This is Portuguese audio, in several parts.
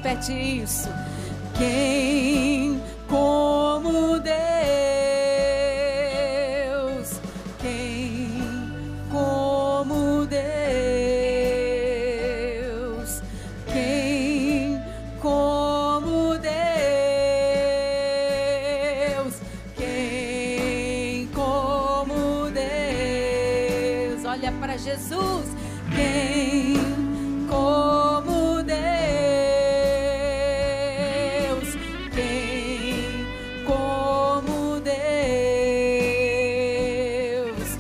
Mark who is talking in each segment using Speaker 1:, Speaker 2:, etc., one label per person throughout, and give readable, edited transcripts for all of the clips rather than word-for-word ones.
Speaker 1: repete isso. Quem como Deus? Quem como Deus? Quem como Deus? Quem como Deus? Olha para Jesus. Quem como Deus? Quem como Deus?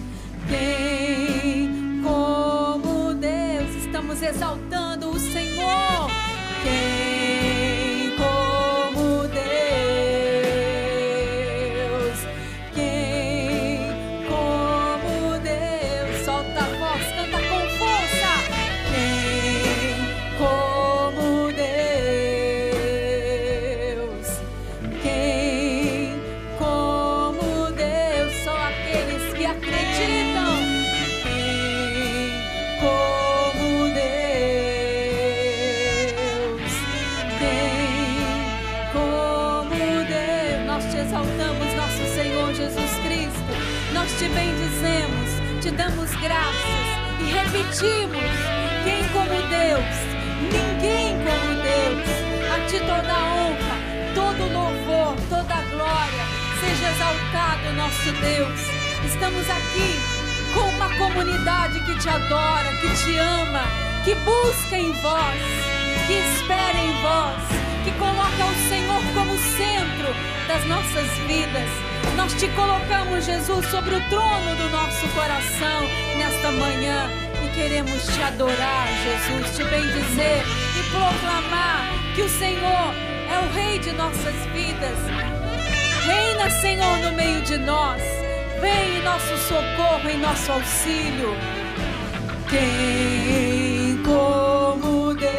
Speaker 1: Quem como Deus? Estamos exaltando o Senhor. Quem como Deus? Quem como Deus? Solta a voz, canta com força. Quem como Deus? Quem como Deus? Só aqueles que acreditam. Quem como Deus? Quem como Deus? Nós te exaltamos, nosso Senhor Jesus Cristo. Nós te bendizemos, te damos graças e repetimos: quem como Deus? Ninguém como Deus. A ti toda a honra, todo o louvor, toda a glória. Seja exaltado, nosso Deus. Estamos aqui com uma comunidade que te adora, que te ama, que busca em vós, que espera em vós, que coloca o Senhor como centro das nossas vidas. Nós te colocamos, Jesus, sobre o trono do nosso coração nesta manhã e queremos te adorar, Jesus, te bendizer e proclamar que o Senhor é o Rei de nossas vidas. Reina, Senhor, no meio de nós. Vem em nosso socorro, em nosso auxílio. Quem como Deus?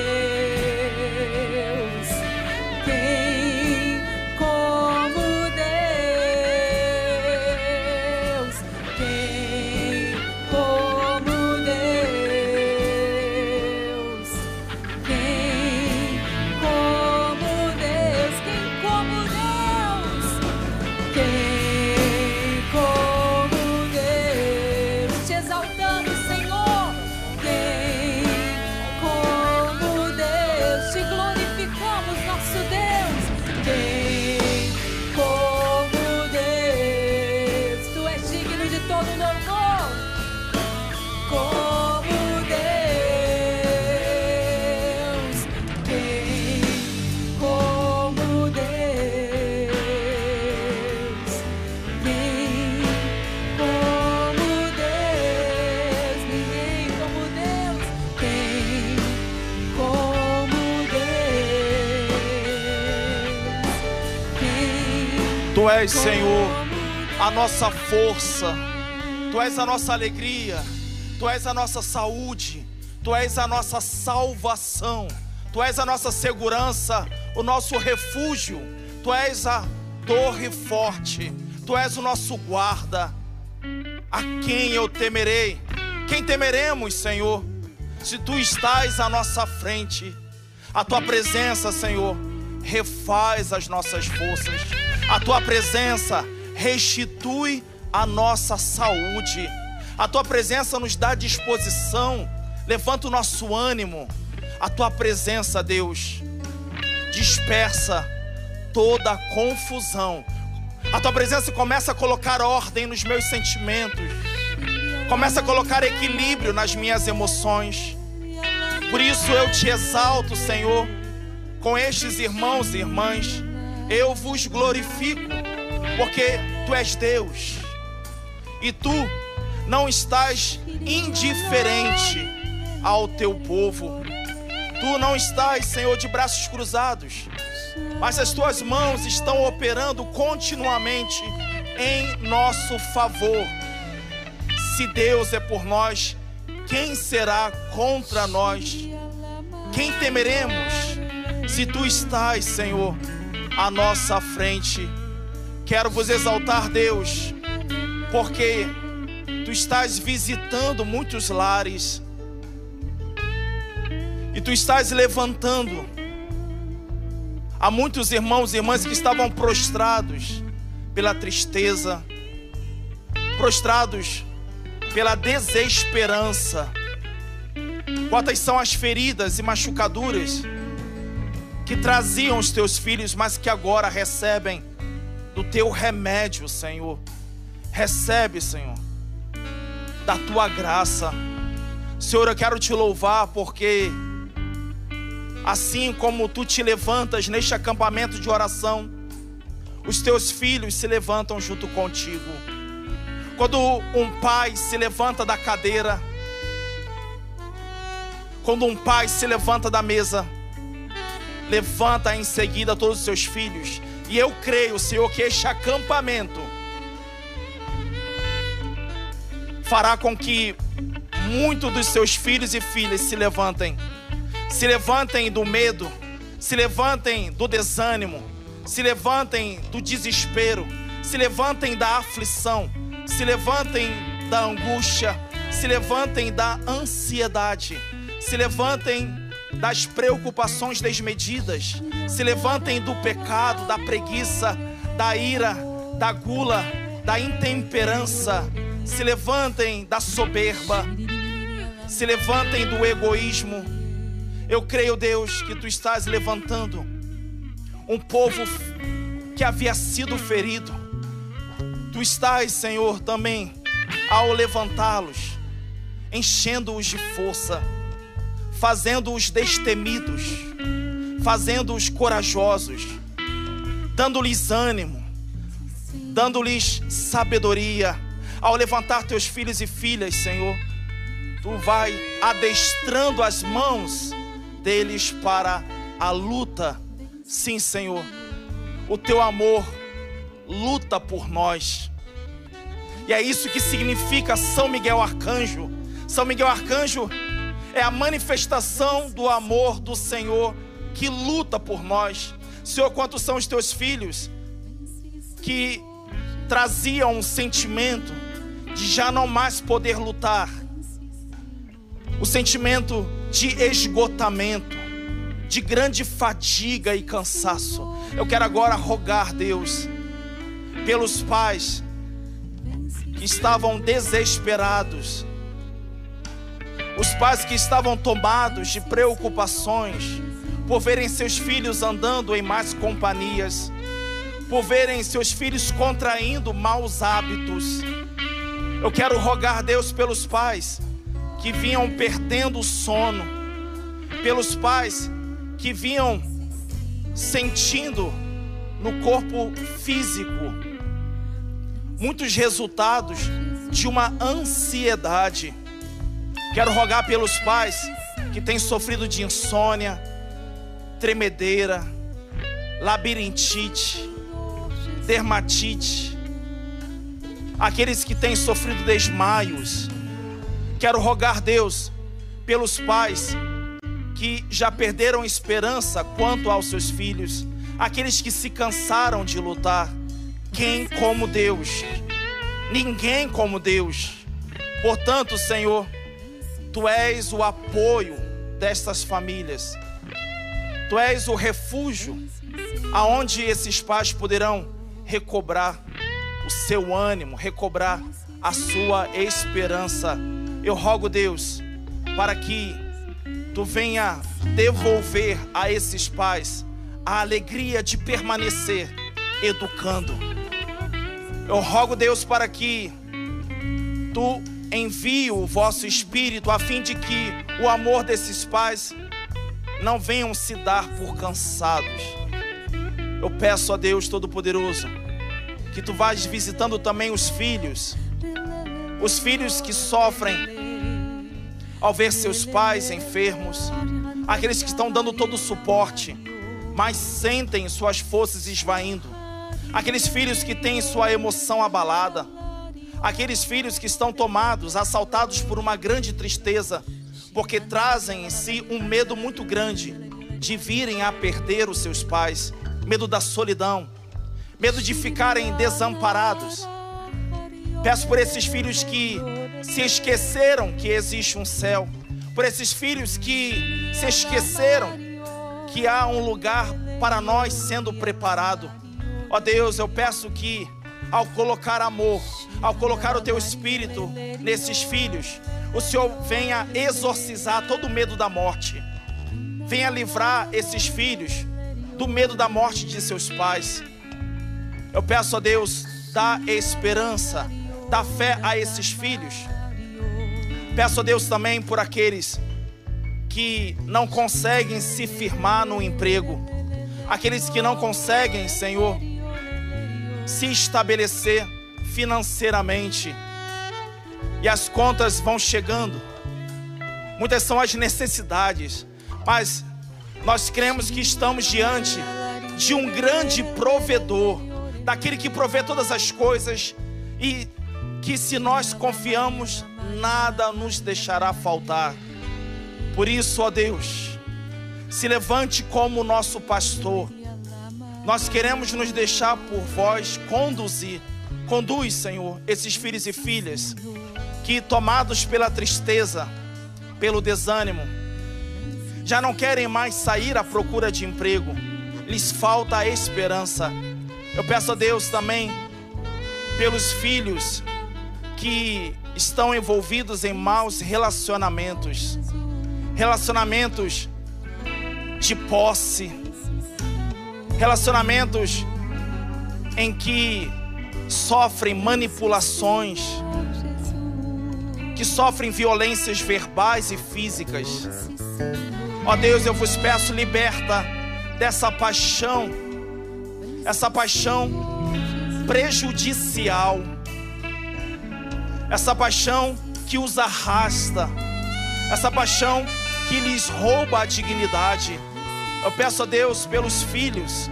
Speaker 1: Quem como Deus? Quem como Deus? Quem como Deus? Quem como Deus? Quem como Deus? Te exaltamos, Senhor. Quem como Deus? Te glorificamos, nosso Deus. Quem como Deus? Tu és digno de todo louvor. Como Deus. Quem como Deus? Quem como Deus? Ninguém como Deus. Quem como Deus? Quem
Speaker 2: Tu és, Senhor,
Speaker 1: como
Speaker 2: a nossa força. Tu és a nossa alegria. Tu és a nossa saúde. Tu és a nossa salvação. Tu és a nossa segurança, o nosso refúgio. Tu és a torre forte. Tu és o nosso guarda. A quem eu temerei? Quem temeremos, Senhor? Se tu estás à nossa frente. A tua presença, Senhor, refaz as nossas forças. A tua presença restitui a nossa saúde. A tua presença nos dá disposição, levanta o nosso ânimo. A tua presença, Deus, dispersa toda a confusão. A tua presença começa a colocar ordem nos meus sentimentos, começa a colocar equilíbrio nas minhas emoções. Por isso eu te exalto, Senhor, com estes irmãos e irmãs. Eu vos glorifico, porque tu és Deus e tu não estás indiferente ao teu povo. Tu não estás, Senhor, de braços cruzados, mas as tuas mãos estão operando continuamente em nosso favor. Se Deus é por nós, quem será contra nós? Quem temeremos? Se tu estás, Senhor, à nossa frente. Quero vos exaltar, Deus, porque tu estás visitando muitos lares e tu estás levantando Há muitos irmãos e irmãs que estavam prostrados pela tristeza, prostrados pela desesperança. Quantas são as feridas e machucaduras que traziam os teus filhos, mas que agora recebem do teu remédio, Senhor. Recebe, Senhor, da tua graça. Senhor, eu quero te louvar porque assim como tu te levantas neste acampamento de oração, os teus filhos se levantam junto contigo. Quando um pai se levanta da cadeira, quando um pai se levanta da mesa, levanta em seguida todos os seus filhos. E eu creio, Senhor, que este acampamento fará com que muitos dos seus filhos e filhas se levantem do medo, se levantem do desânimo, se levantem do desespero, se levantem da aflição, se levantem da angústia, se levantem da ansiedade, se levantem das preocupações desmedidas, se levantem do pecado, da preguiça, da ira, da gula, da intemperança, se levantem da soberba, se levantem do egoísmo. Eu creio, Deus, que tu estás levantando um povo que havia sido ferido. Tu estás, Senhor, também ao levantá-los, enchendo-os de força, fazendo-os destemidos, fazendo-os corajosos, dando-lhes ânimo, dando-lhes sabedoria. Ao levantar teus filhos e filhas, Senhor, tu vai adestrando as mãos deles para a luta. Sim, Senhor, o teu amor luta por nós. E é isso que significa São Miguel Arcanjo. São Miguel Arcanjo é a manifestação do amor do Senhor que luta por nós. Senhor, quantos são os teus filhos que traziam um sentimento de já não mais poder lutar, o sentimento de esgotamento, de grande fadiga e cansaço. Eu quero agora rogar, Deus, pelos pais que estavam desesperados, os pais que estavam tomados de preocupações por verem seus filhos andando em más companhias, por verem seus filhos contraindo maus hábitos. Eu quero rogar, Deus, pelos pais que vinham perdendo o sono, pelos pais que vinham sentindo no corpo físico muitos resultados de uma ansiedade. Quero rogar pelos pais que têm sofrido de insônia, tremedeira, labirintite, dermatite, aqueles que têm sofrido desmaios. Quero rogar, Deus, pelos pais que já perderam esperança quanto aos seus filhos, aqueles que se cansaram de lutar. Quem como Deus? Ninguém como Deus. Portanto, Senhor, tu és o apoio destas famílias, tu és o refúgio aonde esses pais poderão recobrar o seu ânimo, recobrar a sua esperança. Eu rogo, Deus, para que tu venha devolver a esses pais a alegria de permanecer educando. Eu rogo, Deus, para que tu envie o vosso Espírito a fim de que o amor desses pais não venham se dar por cansados. Eu peço a Deus Todo-Poderoso que tu vais visitando também os filhos que sofrem ao ver seus pais enfermos, aqueles que estão dando todo o suporte, mas sentem suas forças esvaindo, aqueles filhos que têm sua emoção abalada, aqueles filhos que estão tomados, assaltados por uma grande tristeza, porque trazem em si um medo muito grande de virem a perder os seus pais, medo da solidão, medo de ficarem desamparados. Peço por esses filhos que se esqueceram que existe um céu, por esses filhos que se esqueceram que há um lugar para nós sendo preparado. Ó Deus, eu peço que ao colocar amor, ao colocar o teu Espírito nesses filhos, o Senhor venha exorcizar todo o medo da morte. Venha livrar esses filhos do medo da morte de seus pais. Eu peço a Deus, dá esperança, dá fé a esses filhos. Peço a Deus também por aqueles que não conseguem se firmar no emprego, aqueles que não conseguem, Senhor, se estabelecer financeiramente, e as contas vão chegando. Muitas são as necessidades, mas nós cremos que estamos diante de um grande provedor, daquele que provê todas as coisas, e que se nós confiamos, nada nos deixará faltar. Por isso, ó Deus, se levante como nosso pastor. Nós queremos nos deixar por vós conduzir. Conduz, Senhor, esses filhos e filhas que, tomados pela tristeza, pelo desânimo, já não querem mais sair à procura de emprego. Lhes falta a esperança. Eu peço a Deus também pelos filhos que estão envolvidos em maus relacionamentos, relacionamentos de posse, relacionamentos em que sofrem manipulações, que sofrem violências verbais e físicas. Ó Deus, eu vos peço, liberta dessa paixão, essa paixão prejudicial, essa paixão que os arrasta, essa paixão que lhes rouba a dignidade. Eu peço a Deus pelos filhos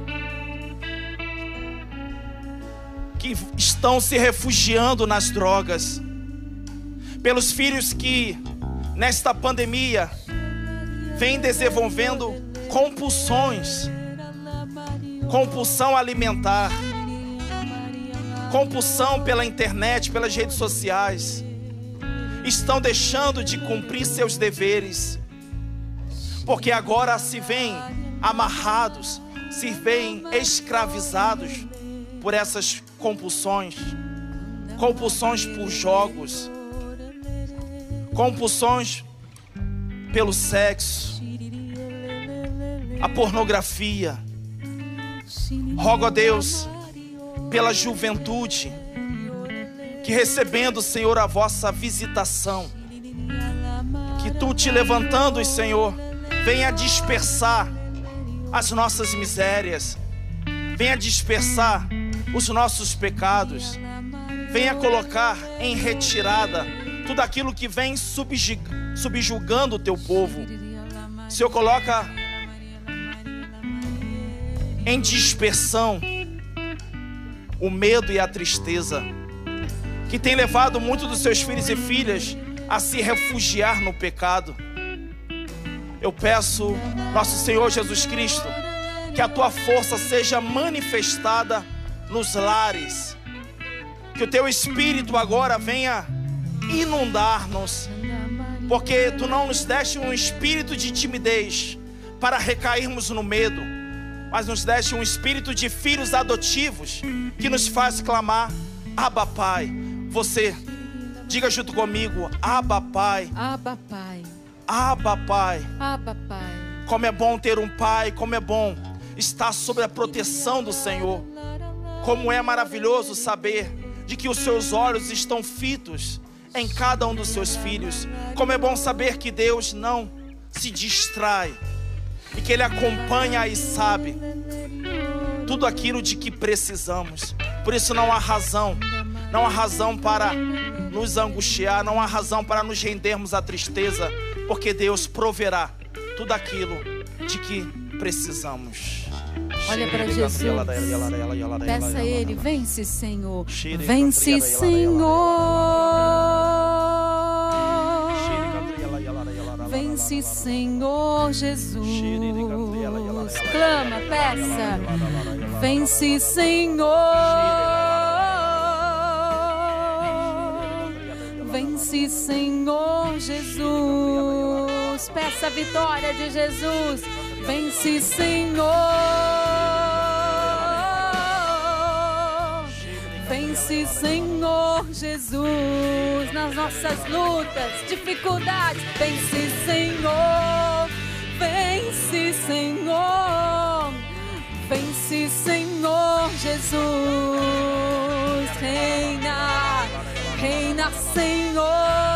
Speaker 2: que estão se refugiando nas drogas, pelos filhos que nesta pandemia vêm desenvolvendo compulsões, compulsão alimentar, compulsão pela internet, pelas redes sociais, estão deixando de cumprir seus deveres, porque agora se veem amarrados, se veem escravizados por essas compulsões, compulsões por jogos, compulsões pelo sexo, a pornografia. Rogo a Deus pela juventude, que recebendo, Senhor, a vossa visitação, que tu te levantando, Senhor, venha dispersar as nossas misérias, venha dispersar os nossos pecados, venha colocar em retirada tudo aquilo que vem subjugando o teu povo. Senhor, coloca em dispersão o medo e a tristeza, que tem levado muitos dos seus filhos e filhas a se refugiar no pecado. Eu peço, nosso Senhor Jesus Cristo, que a tua força seja manifestada nos lares, que o teu Espírito agora venha inundar-nos, porque tu não nos deste um espírito de timidez para recairmos no medo, mas nos deste um espírito de filhos adotivos que nos faz clamar: Abba, Pai. Você diga junto comigo: Abba, Pai.
Speaker 1: Abba, Pai.
Speaker 2: Abba, Pai.
Speaker 1: Abba, Pai.
Speaker 2: Como é bom ter um Pai, como é bom estar sob a proteção do Senhor. Como é maravilhoso saber de que os seus olhos estão fitos em cada um dos seus filhos. Como é bom saber que Deus não se distrai e que Ele acompanha e sabe tudo aquilo de que precisamos. Por isso não há razão para nos angustiar, não há razão para nos rendermos à tristeza, porque Deus proverá tudo aquilo de que precisamos.
Speaker 1: Olha para Jesus, peça a Ele: vence, Senhor, vence, Senhor, vence, Senhor Jesus. Clama, peça: vence, Senhor, vence, Senhor Jesus. Peça a vitória de Jesus. Vence, Senhor. Vence, Senhor Jesus, nas nossas lutas, dificuldades. Vence, Senhor. Vence, Senhor. Vence, Senhor Jesus. Reina, reina, Senhor.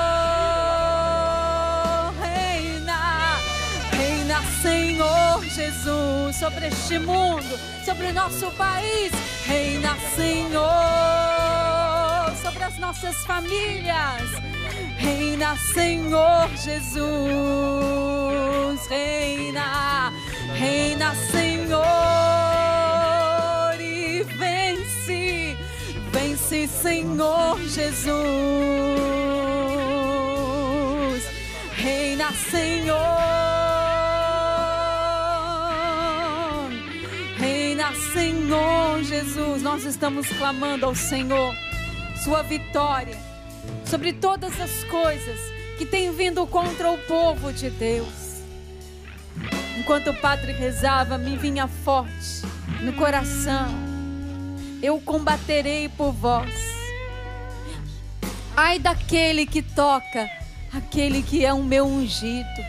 Speaker 1: Reina, reina, Senhor Jesus, sobre este mundo, sobre o nosso país. Reina, Senhor, sobre as nossas famílias. Reina, Senhor Jesus. Reina, reina, Senhor. E vence, vence, Senhor Jesus. Reina, Senhor. Reina, Senhor Jesus. Nós estamos clamando ao Senhor sua vitória sobre todas as coisas que têm vindo contra o povo de Deus. Enquanto o padre rezava, me vinha forte no coração: eu combaterei por vós. Ai daquele que toca aquele que é o meu ungido.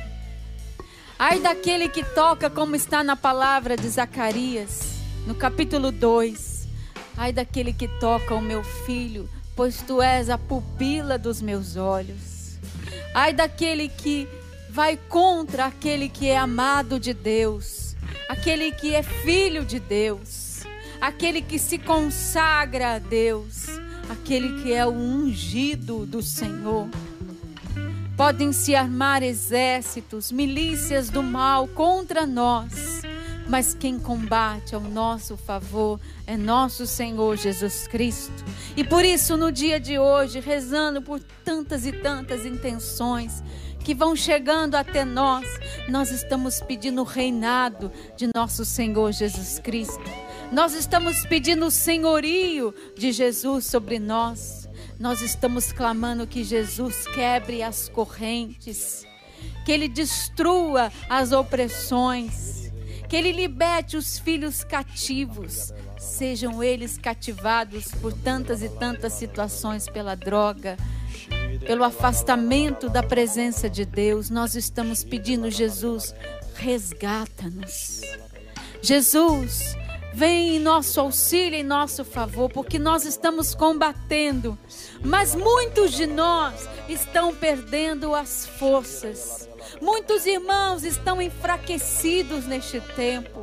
Speaker 1: Ai daquele que toca, como está na palavra de Zacarias, no capítulo 2. Ai daquele que toca o meu filho, pois tu és a pupila dos meus olhos. Ai daquele que vai contra aquele que é amado de Deus, aquele que é filho de Deus, aquele que se consagra a Deus, aquele que é o ungido do Senhor. Podem se armar exércitos, milícias do mal contra nós, mas quem combate ao nosso favor é nosso Senhor Jesus Cristo. E por isso, no dia de hoje, rezando por tantas e tantas intenções que vão chegando até nós, nós estamos pedindo o reinado de nosso Senhor Jesus Cristo. Nós estamos pedindo o senhorio de Jesus sobre nós. Nós estamos clamando que Jesus quebre as correntes, que Ele destrua as opressões, que Ele liberte os filhos cativos, sejam eles cativados por tantas e tantas situações, pela droga, pelo afastamento da presença de Deus. Nós estamos pedindo: Jesus, resgata-nos. Jesus, vem em nosso auxílio, em nosso favor, porque nós estamos combatendo, mas muitos de nós estão perdendo as forças. Muitos irmãos estão enfraquecidos neste tempo.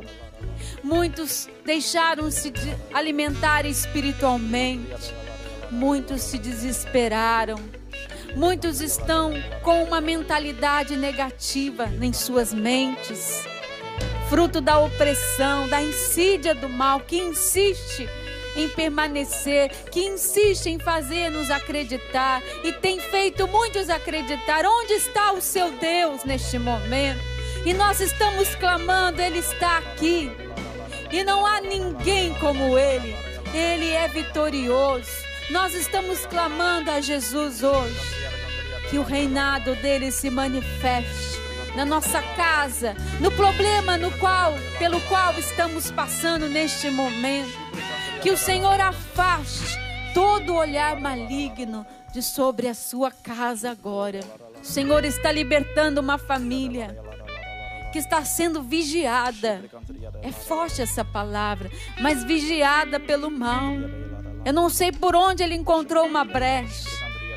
Speaker 1: Muitos deixaram-se de alimentar espiritualmente. Muitos se desesperaram. Muitos estão com uma mentalidade negativa em suas mentes, fruto da opressão, da insídia do mal, que insiste em permanecer, que insiste em fazer-nos acreditar, e tem feito muitos acreditar. Onde está o seu Deus neste momento? E nós estamos clamando: Ele está aqui, e não há ninguém como Ele. Ele é vitorioso. Nós estamos clamando a Jesus hoje, que o reinado dele se manifeste na nossa casa, no problema pelo qual estamos passando neste momento. Que o Senhor afaste todo olhar maligno de sobre a sua casa agora. O Senhor está libertando uma família que está sendo vigiada. É forte essa palavra, mas vigiada pelo mal. Eu não sei por onde ele encontrou uma brecha,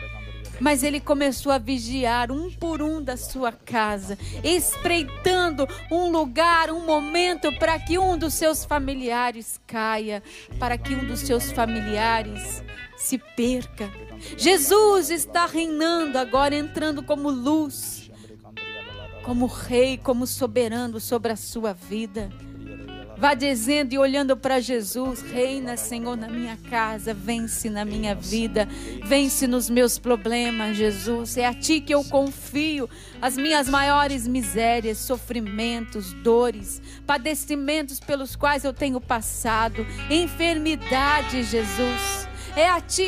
Speaker 1: mas ele começou a vigiar um por um da sua casa, espreitando um lugar, um momento para que um dos seus familiares caia, para que um dos seus familiares se perca. Jesus está reinando agora, entrando como luz, como rei, como soberano sobre a sua vida. Vá dizendo e olhando para Jesus: reina, Senhor, na minha casa, vence na minha vida, vence nos meus problemas, Jesus. É a Ti que eu confio as minhas maiores misérias, sofrimentos, dores, padecimentos pelos quais eu tenho passado, enfermidade, Jesus. É a Ti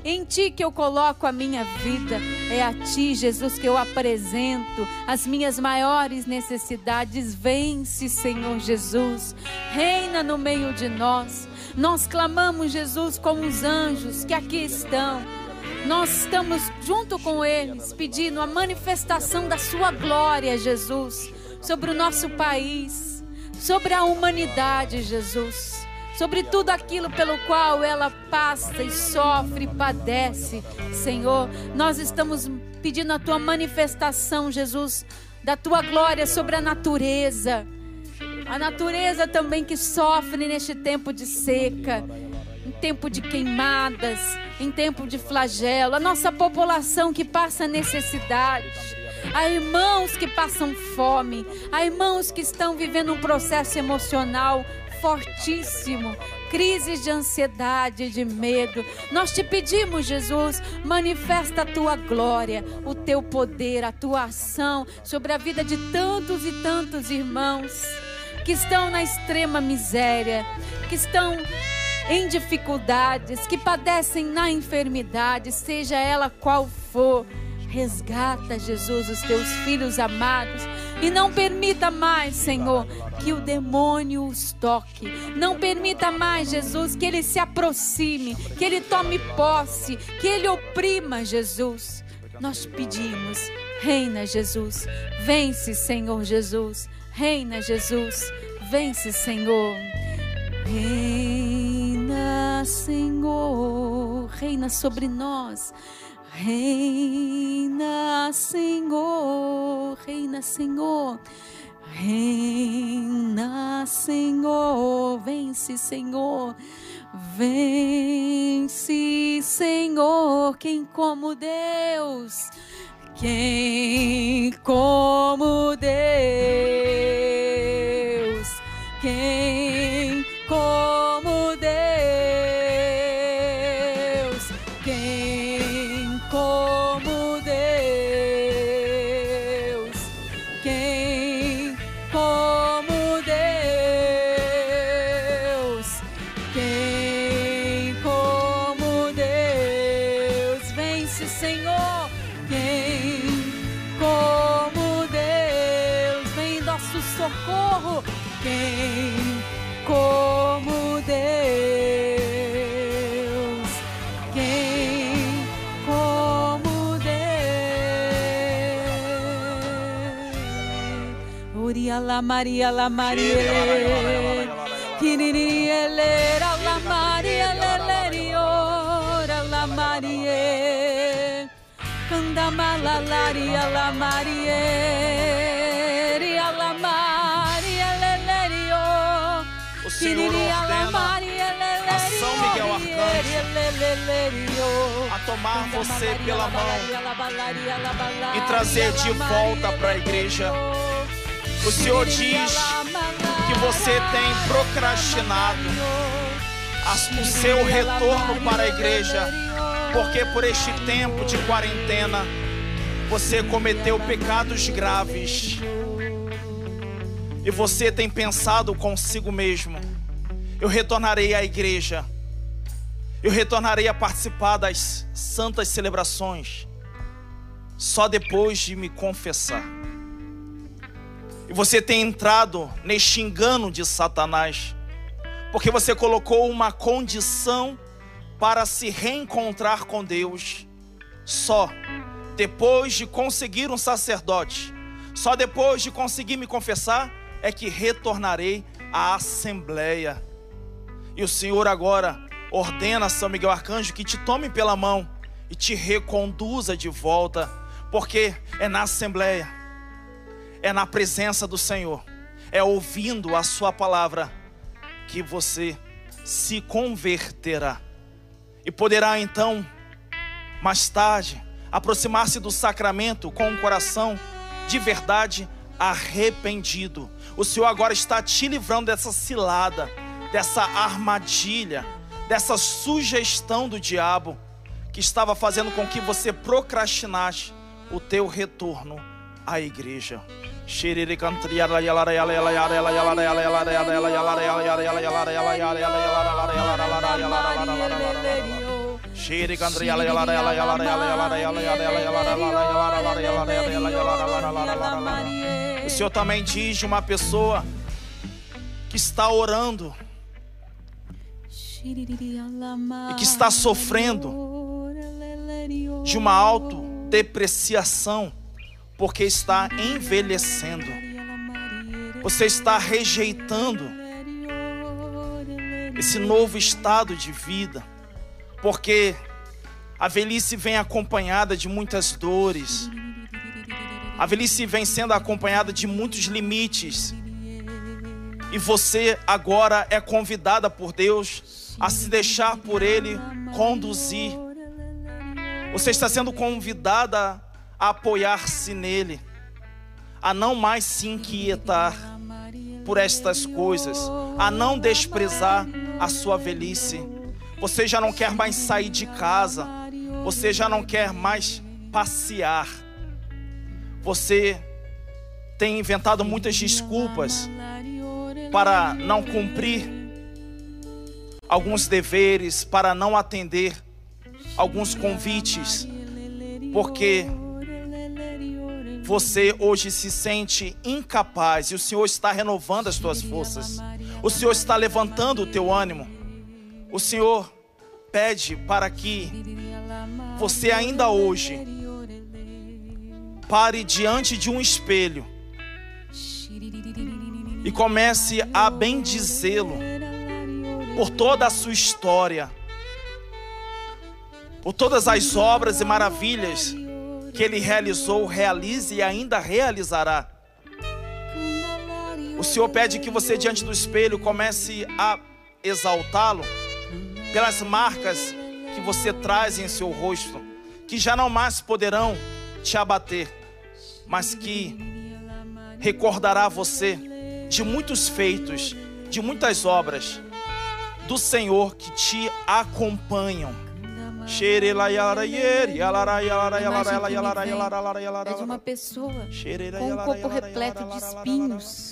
Speaker 1: Em Ti que eu coloco a minha vida. É a Ti, Jesus, que eu apresento as minhas maiores necessidades. Vence, Senhor Jesus. Reina no meio de nós. Nós clamamos, Jesus, como os anjos que aqui estão. Nós estamos junto com eles, pedindo a manifestação da Sua glória, Jesus, sobre o nosso país, sobre a humanidade, Jesus, sobre tudo aquilo pelo qual ela passa e sofre e padece. Senhor, nós estamos pedindo a Tua manifestação, Jesus, da Tua glória sobre a natureza também que sofre neste tempo de seca, em tempo de queimadas, em tempo de flagelo, a nossa população que passa necessidade. Há irmãos que passam fome, há irmãos que estão vivendo um processo emocional fortíssimo, crises de ansiedade, de medo. Nós te pedimos, Jesus, manifesta a Tua glória, o Teu poder, a Tua ação sobre a vida de tantos e tantos irmãos que estão na extrema miséria, que estão em dificuldades, que padecem na enfermidade, seja ela qual for. Resgata, Jesus, os Teus filhos amados e não permita mais, Senhor, que o demônio os toque. Não permita mais, Jesus, que ele se aproxime, que ele tome posse, que ele oprima, Jesus. Nós pedimos, reina, Jesus. Vence, Senhor Jesus. Reina, Jesus. Vence, Senhor. Reina, Senhor. Reina sobre nós. Reina, Senhor. Reina, Senhor. Reina, Senhor. Vence, Senhor. Vence, Senhor. Quem como Deus? Quem como Deus? Quem como Deus? Quem como Deus? Quem como Deus? Quem como Deus? Vence, Senhor. Quem como Deus? Vem nosso socorro. Quem como Deus? Quem como Deus? Uria la Maria la Maria, Kiririele la Maria ora la Maria, Candamala laria la Maria, ria la Maria lelerio.
Speaker 2: O Senhor ordena a São Miguel Arcanjo a tomar você pela mão e trazer de volta para a igreja. O Senhor diz que você tem procrastinado o seu retorno para a igreja, porque por este tempo de quarentena você cometeu pecados graves. E você tem pensado consigo mesmo: eu retornarei à igreja, eu retornarei a participar das santas celebrações só depois de me confessar. E você tem entrado neste engano de Satanás, porque você colocou uma condição para se reencontrar com Deus só depois de conseguir um sacerdote, só depois de conseguir me confessar é que retornarei à assembleia. E o Senhor agora ordena a São Miguel Arcanjo que te tome pela mão e te reconduza de volta, porque é na assembleia, é na presença do Senhor, é ouvindo a sua palavra que você se converterá e poderá então, mais tarde, aproximar-se do sacramento com um coração de verdade arrependido. O Senhor agora está te livrando dessa cilada, dessa armadilha, dessa sugestão do diabo que estava fazendo com que você procrastinasse o teu retorno à igreja. O Senhor também diz de uma pessoa que está orando e que está sofrendo de uma autodepreciação porque está envelhecendo. Você está rejeitando esse novo estado de vida, porque a velhice vem acompanhada de muitas dores. A velhice vem sendo acompanhada de muitos limites. E você agora é convidada por Deus a se deixar por Ele conduzir. Você está sendo convidada a apoiar-se nele, a não mais se inquietar por estas coisas, a não desprezar a sua velhice. Você já não quer mais sair de casa, você já não quer mais passear. Você tem inventado muitas desculpas para não cumprir alguns deveres, para não atender alguns convites, porque você hoje se sente incapaz e o Senhor está renovando as tuas forças. O Senhor está levantando o teu ânimo. O Senhor pede para que você ainda hoje pare diante de um espelho e comece a bendizê-lo por toda a sua história, por todas as obras e maravilhas que Ele realizou, realize e ainda realizará. O Senhor pede que você diante do espelho comece a exaltá-lo pelas marcas que você traz em seu rosto, que já não mais poderão te abater, mas que recordará você de muitos feitos, de muitas obras do Senhor que te acompanham.
Speaker 1: É de uma pessoa com um corpo repleto de espinhos.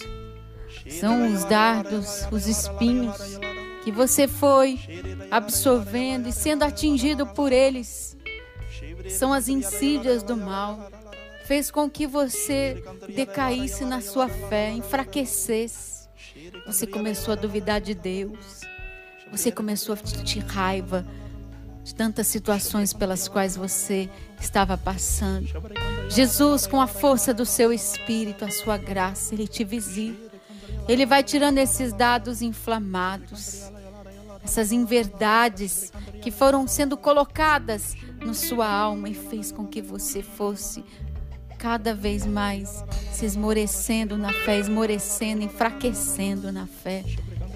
Speaker 1: São os dardos, os espinhos que você foi absorvendo e sendo atingido por eles. São as insídias do mal. Fez com que você decaísse na sua fé, enfraquecesse. Você começou a duvidar de Deus. Você começou a sentir raiva de tantas situações pelas quais você estava passando. Jesus, com a força do seu Espírito, a sua graça, Ele te visita. Ele vai tirando esses dados inflamados, essas inverdades que foram sendo colocadas na sua alma e fez com que você fosse cada vez mais se esmorecendo na fé, esmorecendo, enfraquecendo na fé.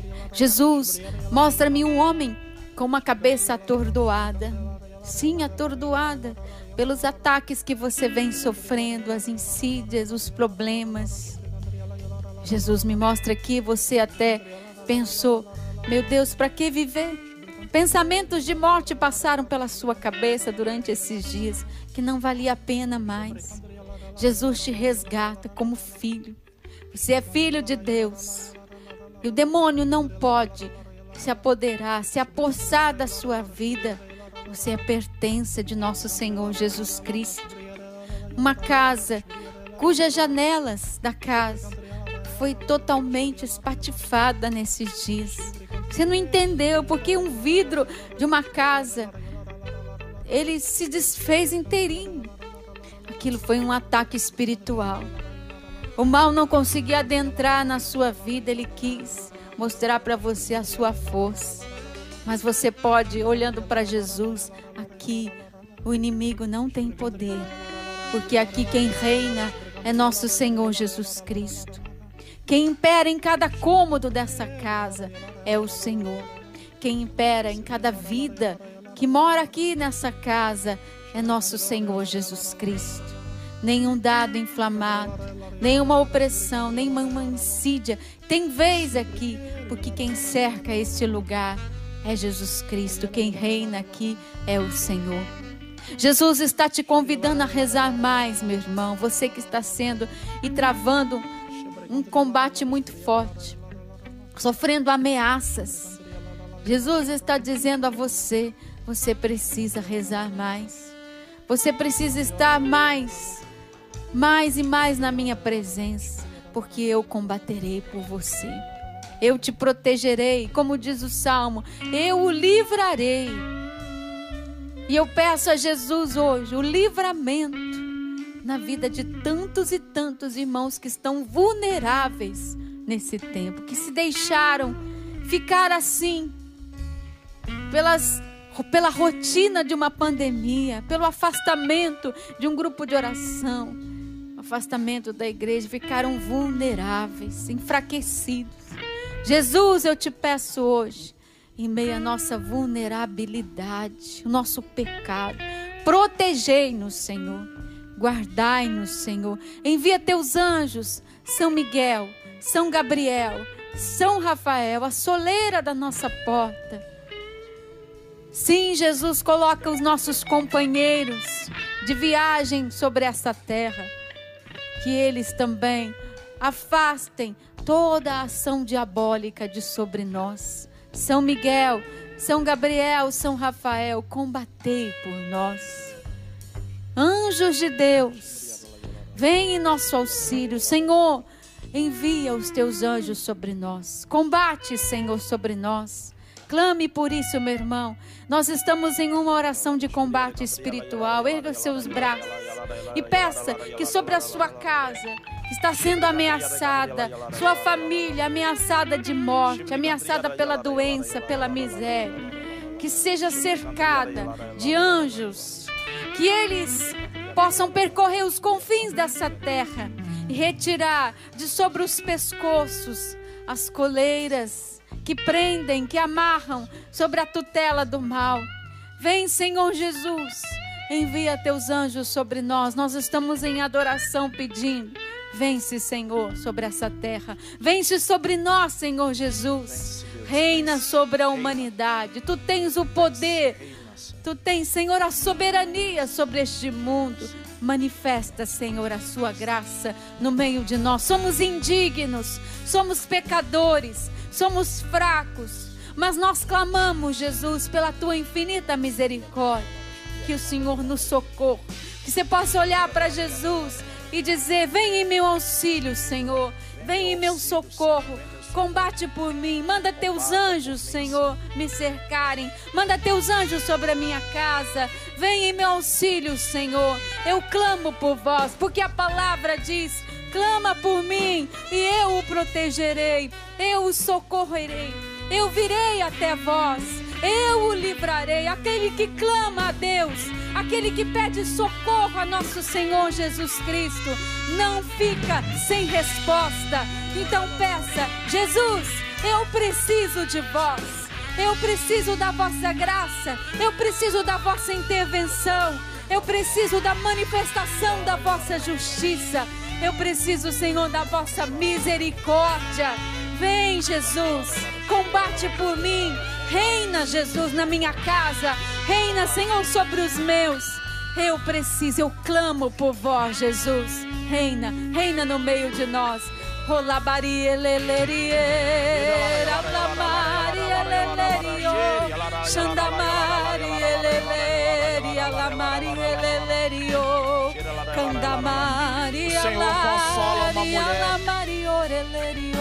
Speaker 1: Jesus, mostra-me um homem com uma cabeça atordoada. Sim, atordoada pelos ataques que você vem sofrendo, as insídias, os problemas. Jesus, me mostra aqui, você até pensou, meu Deus, para que viver? Pensamentos de morte passaram pela sua cabeça durante esses dias, que não valia a pena mais. Jesus te resgata como filho. Você é filho de Deus. E o demônio não pode se apoderar, se apossar da sua vida. Você é pertença de nosso Senhor Jesus Cristo. Uma casa cujas janelas da casa foi totalmente espatifada nesses dias. Você não entendeu porque um vidro de uma casa, ele se desfez inteirinho. Aquilo foi um ataque espiritual. O mal não conseguia adentrar na sua vida, ele quis mostrar para você a sua força. Mas você pode, olhando para Jesus, aqui o inimigo não tem poder, porque aqui quem reina é nosso Senhor Jesus Cristo. Quem impera em cada cômodo dessa casa é o Senhor. Quem impera em cada vida que mora aqui nessa casa é nosso Senhor Jesus Cristo. Nenhum dado inflamado, nenhuma opressão, nenhuma insídia tem vez aqui, porque quem cerca este lugar é Jesus Cristo. Quem reina aqui é o Senhor. Jesus está te convidando a rezar mais, meu irmão. Você que está sendo e travando um combate muito forte, sofrendo ameaças. Jesus está dizendo a você, você precisa rezar mais. Você precisa estar mais e mais na minha presença, porque eu combaterei por você. Eu te protegerei, como diz o Salmo, eu o livrarei. E eu peço a Jesus hoje o livramento na vida de tantos e tantos irmãos que estão vulneráveis nesse tempo, que se deixaram ficar assim, pela rotina de uma pandemia, pelo afastamento de um grupo de oração, afastamento da igreja, ficaram vulneráveis, enfraquecidos. Jesus, eu te peço hoje, em meio à nossa vulnerabilidade, o nosso pecado, protegei-nos, Senhor, guardai-nos, Senhor, envia teus anjos, São Miguel, São Gabriel, São Rafael, a soleira da nossa porta. Sim, Jesus, coloca os nossos companheiros de viagem sobre essa terra, que eles também afastem toda a ação diabólica de sobre nós. São Miguel, São Gabriel, São Rafael, combatei por nós. Anjos de Deus, vem em nosso auxílio. Senhor, envia os teus anjos sobre nós. Combate, Senhor, sobre nós. Clame por isso, meu irmão. Nós estamos em uma oração de combate espiritual. Erga os seus braços e peça que sobre a sua casa, que está sendo ameaçada, sua família ameaçada de morte, ameaçada pela doença, pela miséria, que seja cercada de anjos, que eles possam percorrer os confins dessa terra e retirar de sobre os pescoços as coleiras que prendem, que amarram sobre a tutela do mal. Vem, Senhor Jesus, envia teus anjos sobre nós. Nós estamos em adoração pedindo. Vence, Senhor, sobre essa terra. Vence sobre nós, Senhor Jesus. Reina sobre a humanidade. Tu tens o poder. Tu tens, Senhor, a soberania sobre este mundo. Manifesta, Senhor, a sua graça no meio de nós. Somos indignos, somos pecadores, somos fracos, mas nós clamamos, Jesus, pela tua infinita misericórdia, que o Senhor nos socorra, que você possa olhar para Jesus e dizer: vem em meu auxílio, Senhor, vem em meu socorro, combate por mim, manda teus anjos, Senhor, me cercarem, manda teus anjos sobre a minha casa, vem em meu auxílio, Senhor, eu clamo por vós, porque a palavra diz: clama por mim e eu o protegerei, eu o socorrerei, eu virei até vós, eu o livrarei. Aquele que clama a Deus, aquele que pede socorro a nosso Senhor Jesus Cristo, não fica sem resposta. Então peça: Jesus, eu preciso de vós, eu preciso da vossa graça, eu preciso da vossa intervenção, eu preciso da manifestação da vossa justiça, eu preciso, Senhor, da vossa misericórdia. Vem, Jesus, combate por mim. Reina, Jesus, na minha casa. Reina, Senhor, sobre os meus. Eu preciso, eu clamo por vós, Jesus. Reina, reina no meio de nós. Rolabari elelerie, rablamari elelerio, xandamari eleleria, lamari elelerio, candamari alari, alamari orelerio,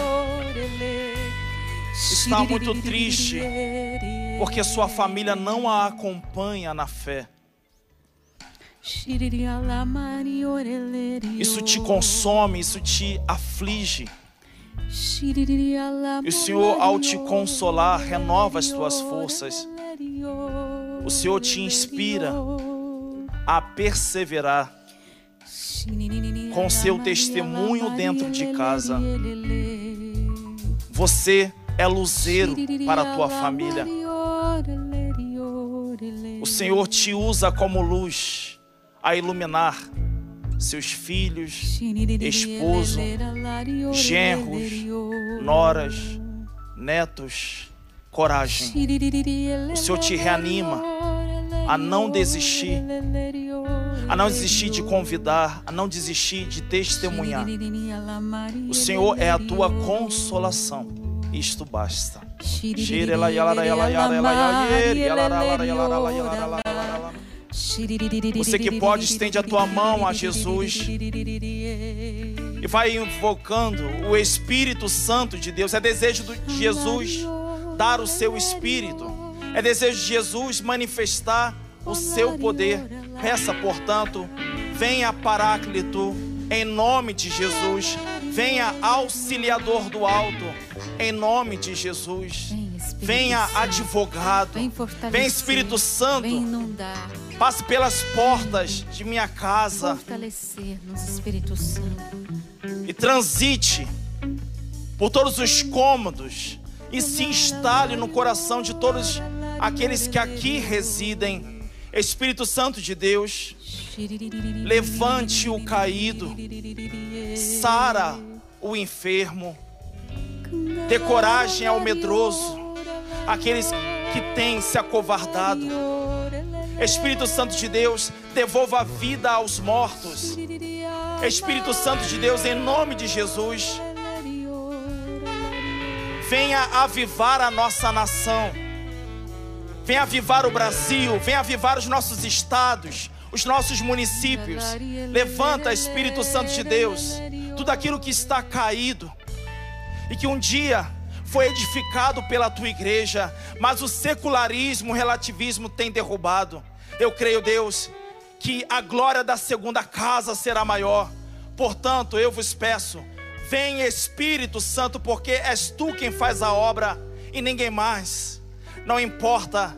Speaker 2: está muito triste porque sua família não a acompanha na fé. Isso te consome, isso te aflige. E o Senhor, ao te consolar, renova as tuas forças. O Senhor te inspira a perseverar com seu testemunho dentro de casa. Você é luzeiro para a tua família. O Senhor te usa como luz a iluminar seus filhos, esposo, genros, noras, netos. Coragem. O Senhor te reanima a não desistir, de convidar, a não desistir de testemunhar. O Senhor é a tua consolação. Isto basta. Você que pode, estende a tua mão a Jesus e vai invocando o Espírito Santo de Deus. É desejo de Jesus dar o seu Espírito. É desejo de Jesus manifestar o seu poder. Peça, portanto, venha Paráclito, em nome de Jesus. Venha Auxiliador do Alto, em nome de Jesus. Venha Advogado. Vem Espírito Santo.
Speaker 1: Vem inundar.
Speaker 2: Passe pelas portas de minha casa.
Speaker 1: Fortalecer-nos, Espírito Santo.
Speaker 2: E transite por todos os cômodos e se instale no coração de todos aqueles que aqui residem. Espírito Santo de Deus, levante o caído, sara o enfermo, dê coragem ao medroso, aqueles que têm se acovardado. Espírito Santo de Deus, devolva a vida aos mortos. Espírito Santo de Deus, em nome de Jesus, venha avivar a nossa nação. Venha avivar o Brasil, venha avivar os nossos estados, os nossos municípios. Levanta, Espírito Santo de Deus, tudo aquilo que está caído e que um dia foi edificado pela tua igreja, mas o secularismo, o relativismo tem derrubado. Eu creio, Deus, que a glória da segunda casa será maior. Portanto, eu vos peço, vem Espírito Santo, porque és tu quem faz a obra e ninguém mais. Não importa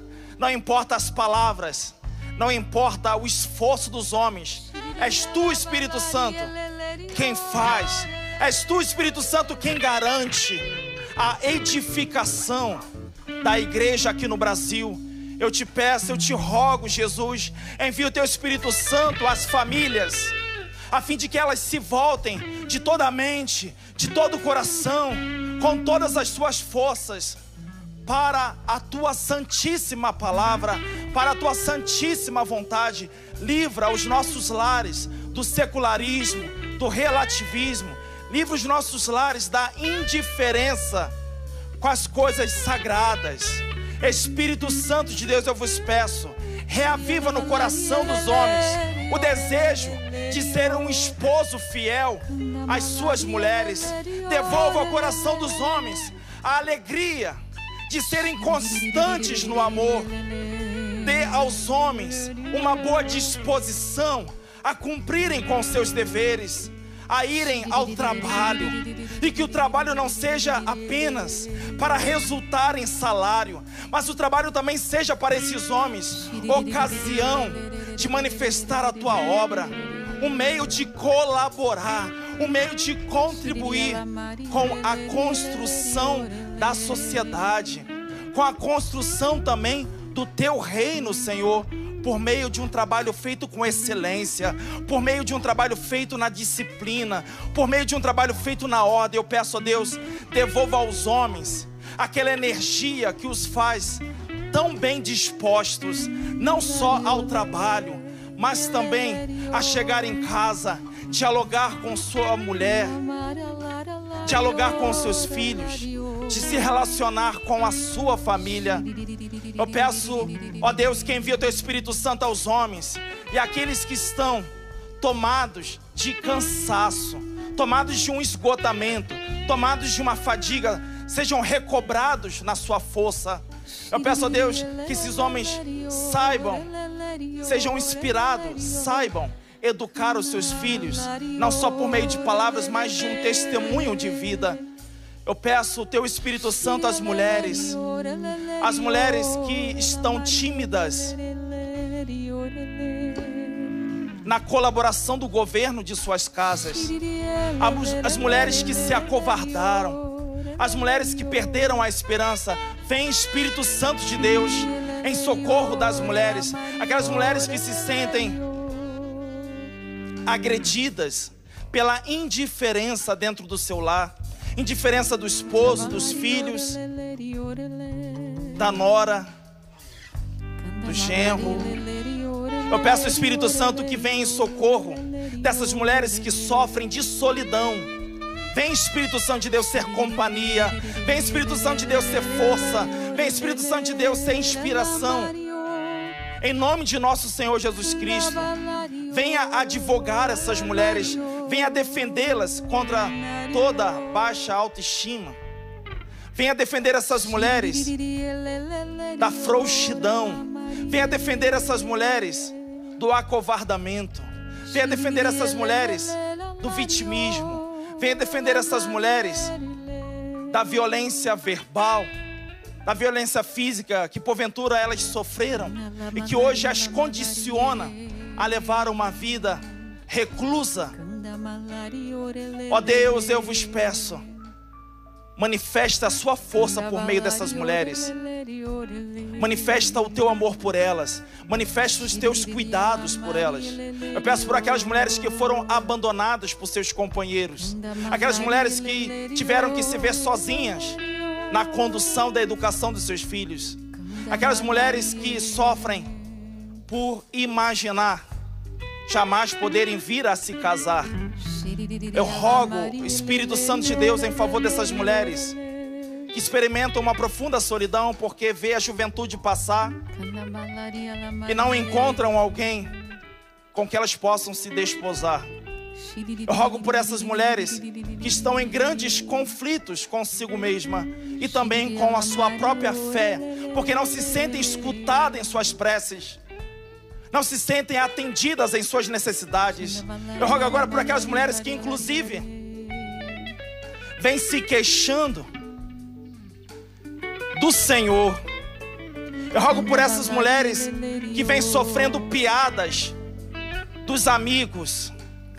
Speaker 2: as palavras, não importa o esforço dos homens. És tu, Espírito Santo, quem faz. És tu, Espírito Santo, quem garante a edificação da igreja aqui no Brasil. Eu te peço, eu te rogo, Jesus, envia o teu Espírito Santo às famílias, a fim de que elas se voltem de toda a mente, de todo o coração, com todas as suas forças, para a tua santíssima palavra, para a tua santíssima vontade. Livra os nossos lares do secularismo, do relativismo. Livra os nossos lares da indiferença com as coisas sagradas. Espírito Santo de Deus, eu vos peço, reaviva no coração dos homens o desejo de ser um esposo fiel às suas mulheres. Devolva ao coração dos homens a alegria de serem constantes no amor. Dê aos homens uma boa disposição a cumprirem com seus deveres, a irem ao trabalho, e que o trabalho não seja apenas para resultar em salário, mas o trabalho também seja para esses homens ocasião de manifestar a tua obra, um meio de colaborar, um meio de contribuir com a construção da sociedade, com a construção também do teu reino, Senhor, por meio de um trabalho feito com excelência, por meio de um trabalho feito na disciplina, por meio de um trabalho feito na ordem. Eu peço a Deus, devolva aos homens aquela energia que os faz tão bem dispostos, não só ao trabalho, mas também a chegar em casa, dialogar com sua mulher, dialogar com seus filhos, de se relacionar com a sua família. Eu peço, ó Deus, que envie o teu Espírito Santo aos homens e aqueles que estão tomados de cansaço, tomados de um esgotamento, tomados de uma fadiga, sejam recobrados na sua força. Eu peço a Deus que esses homens saibam, sejam inspirados, saibam educar os seus filhos, não só por meio de palavras, mas de um testemunho de vida. Eu peço o teu Espírito Santo às mulheres que estão tímidas na colaboração do governo de suas casas, as mulheres que se acovardaram, as mulheres que perderam a esperança. Vem Espírito Santo de Deus em socorro das mulheres, aquelas mulheres que se sentem agredidas pela indiferença dentro do seu lar, indiferença do esposo, dos filhos, da nora, do genro. Eu peço ao Espírito Santo que venha em socorro dessas mulheres que sofrem de solidão, Vem, Espírito Santo de Deus, ser companhia. Vem, Espírito Santo de Deus, ser força. Vem, Espírito Santo de Deus, ser inspiração. Em nome de nosso Senhor Jesus Cristo, venha advogar essas mulheres, venha defendê-las contra toda baixa autoestima. Venha defender essas mulheres da frouxidão. Venha defender essas mulheres do acovardamento. Venha defender essas mulheres do vitimismo. Venha defender essas mulheres da violência verbal, da violência física que porventura elas sofreram e que hoje as condiciona a levar uma vida reclusa. Ó Deus, eu vos peço, manifesta a sua força por meio dessas mulheres. Manifesta o teu amor por elas. Manifesta os teus cuidados por elas. Eu peço por aquelas mulheres que foram abandonadas por seus companheiros. Aquelas mulheres que tiveram que se ver sozinhas na condução da educação dos seus filhos. Aquelas mulheres que sofrem por imaginar jamais poderem vir a se casar. Eu rogo o Espírito Santo de Deus em favor dessas mulheres que experimentam uma profunda solidão porque vê a juventude passar e não encontram alguém com que elas possam se desposar. Eu rogo por essas mulheres que estão em grandes conflitos consigo mesma e também com a sua própria fé, porque não se sentem escutadas em suas preces, não se sentem atendidas em suas necessidades. Eu rogo agora por aquelas mulheres que inclusive vêm se queixando do Senhor. Eu rogo por essas mulheres que vêm sofrendo piadas dos amigos,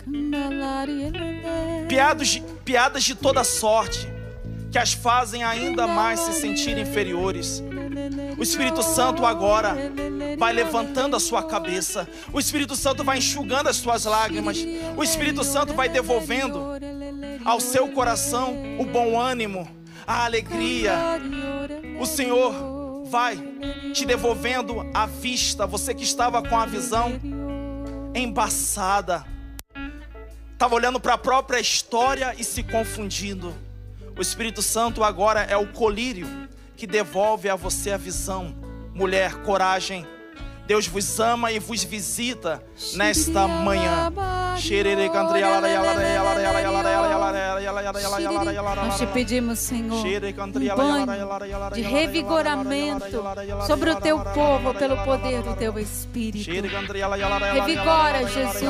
Speaker 2: piadas de toda sorte, que as fazem ainda mais se sentir inferiores. O Espírito Santo agora vai levantando a sua cabeça. O Espírito Santo vai enxugando as suas lágrimas. O Espírito Santo vai devolvendo ao seu coração o bom ânimo, a alegria. O Senhor vai te devolvendo a vista. Você que estava com a visão embaçada, estava olhando para a própria história e se confundindo. O Espírito Santo agora é o colírio que devolve a você a visão. Mulher, coragem. Deus vos ama e vos visita nesta manhã.
Speaker 1: Nós te pedimos, Senhor, um banho de revigoramento sobre o teu povo pelo poder do teu Espírito. Revigora, Jesus,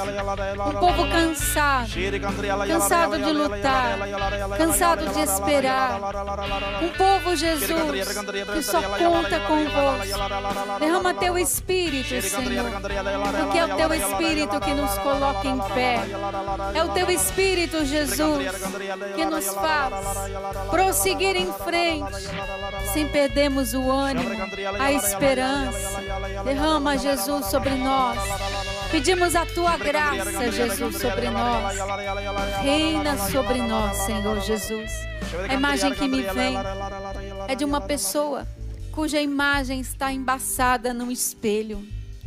Speaker 1: um povo cansado, cansado de lutar, cansado de esperar. Um povo, Jesus, que só conta convosco. Derrama teu Espírito, Senhor, porque é o teu Espírito que nos coloca em pé. É o teu Espírito, Jesus, que nos faz prosseguir em frente, sem perdermos o ânimo, a esperança. Derrama, Jesus, sobre nós. Pedimos a tua graça, Jesus, sobre nós. Reina sobre nós, Senhor Jesus. A imagem que me vem é de uma pessoa cuja imagem está embaçada no espelho.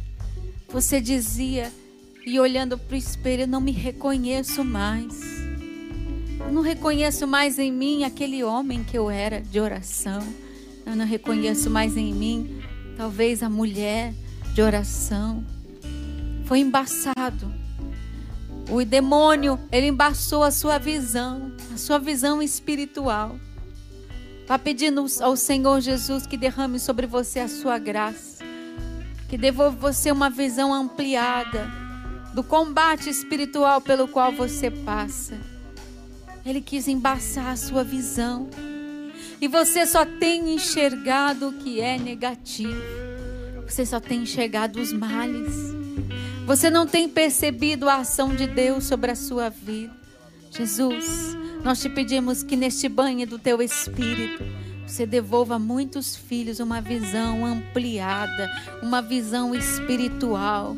Speaker 1: Você dizia, e olhando para o espelho, eu não me reconheço mais. Eu não reconheço mais em mim aquele homem que eu era de oração. Eu não reconheço mais em mim, talvez, a mulher de oração. Foi embaçado. O demônio, ele embaçou a sua visão espiritual. Vá pedindo ao Senhor Jesus que derrame sobre você a sua graça, que devolva você uma visão ampliada do combate espiritual pelo qual você passa. Ele quis embaçar a sua visão e você só tem enxergado o que é negativo. Você só tem enxergado os males. Você não tem percebido a ação de Deus sobre a sua vida. Jesus, nós te pedimos que neste banho do teu Espírito, você devolva a muitos filhos uma visão ampliada, uma visão espiritual.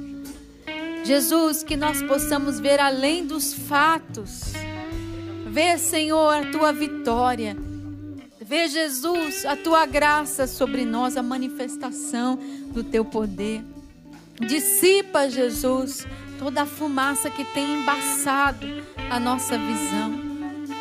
Speaker 1: Jesus, que nós possamos ver além dos fatos. Vê, Senhor, a tua vitória. Vê, Jesus, a tua graça sobre nós, a manifestação do teu poder. Dissipa, Jesus, toda a fumaça que tem embaçado a nossa visão.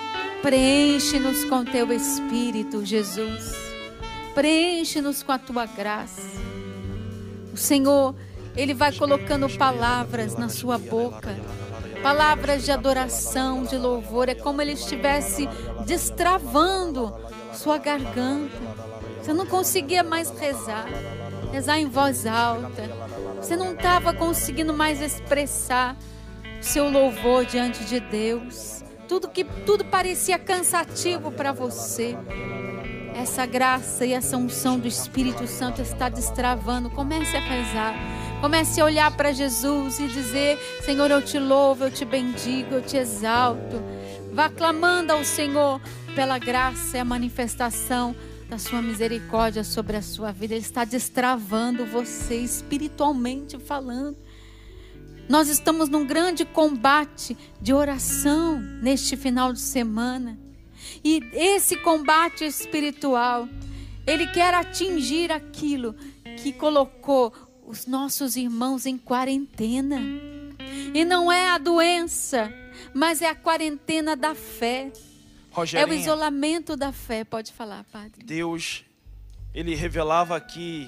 Speaker 1: Preenche-nos com teu Espírito, Jesus. Preenche-nos com a tua graça. O Senhor, Ele vai colocando palavras na sua boca, palavras de adoração, de louvor. É como Ele estivesse destravando sua garganta. Você não conseguia mais rezar em voz alta. Você não estava conseguindo mais expressar o seu louvor diante de Deus. Tudo parecia cansativo para você. Essa graça e essa unção do Espírito Santo está destravando. Comece a rezar. Comece a olhar para Jesus e dizer: Senhor, eu te louvo, eu te bendigo, eu te exalto. Vá clamando ao Senhor pela graça e a manifestação da sua misericórdia sobre a sua vida. Ele está destravando você espiritualmente falando. Nós estamos num grande combate de oração neste final de semana. E esse combate espiritual, ele quer atingir aquilo que colocou os nossos irmãos em quarentena. E não é a doença, mas é a quarentena da fé. É o isolamento da fé. Pode falar, Padre.
Speaker 2: Deus, Ele revelava que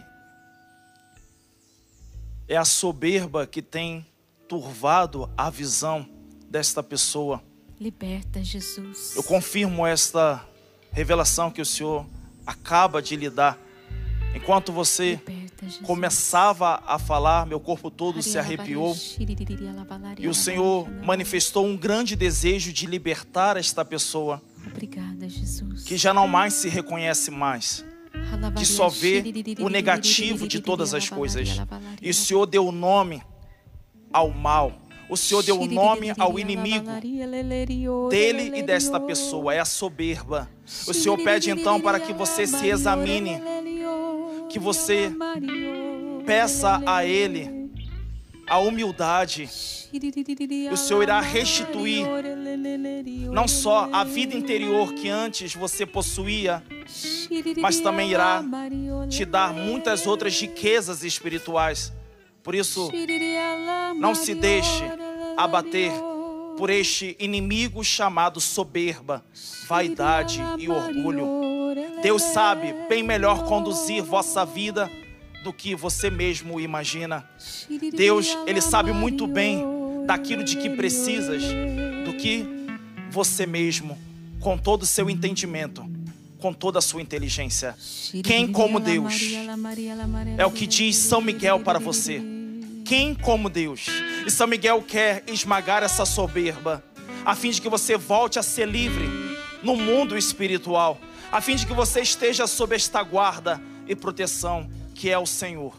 Speaker 2: é a soberba que tem turvado a visão desta pessoa.
Speaker 1: Liberta, Jesus.
Speaker 2: Eu confirmo esta revelação que o Senhor acaba de lhe dar. Enquanto você começava a falar, meu corpo todo se arrepiou. E o Senhor manifestou um grande desejo de libertar esta pessoa.
Speaker 1: Obrigada, Jesus.
Speaker 2: Que já não mais se reconhece mais. Que só vê o negativo de todas as coisas. E o Senhor deu nome ao mal. O Senhor deu nome ao inimigo dele e desta pessoa, é a soberba. O Senhor pede então para que você se examine, que você peça a Ele a humildade. O Senhor irá restituir não só a vida interior que antes você possuía, mas também irá te dar muitas outras riquezas espirituais. Por isso, não se deixe abater por este inimigo chamado soberba, vaidade e orgulho. Deus sabe bem melhor conduzir vossa vida do que você mesmo imagina. Deus, Ele sabe muito bem daquilo de que precisas, do que você mesmo, com todo o seu entendimento, com toda a sua inteligência. Quem como Deus? É o que diz São Miguel para você. Quem como Deus? E São Miguel quer esmagar essa soberba, a fim de que você volte a ser livre no mundo espiritual, a fim de que você esteja sob esta guarda e proteção que é o Senhor.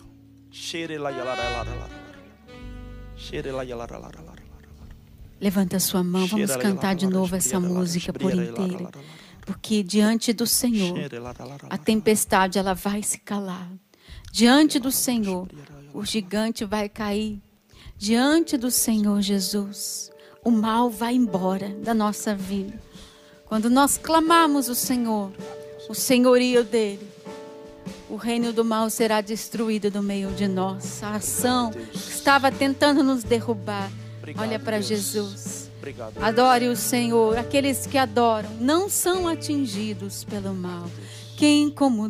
Speaker 1: Levanta a sua mão, vamos cantar de novo essa música por inteira. Porque diante do Senhor, a tempestade ela vai se calar. Diante do Senhor, o gigante vai cair. Diante do Senhor Jesus, o mal vai embora da nossa vida. Quando nós clamamos o Senhor, o senhorio dele, o reino do mal será destruído do meio de nós. A ação que estava tentando nos derrubar. Olha para Jesus. Adore o Senhor. Aqueles que adoram não são atingidos pelo mal. Quem como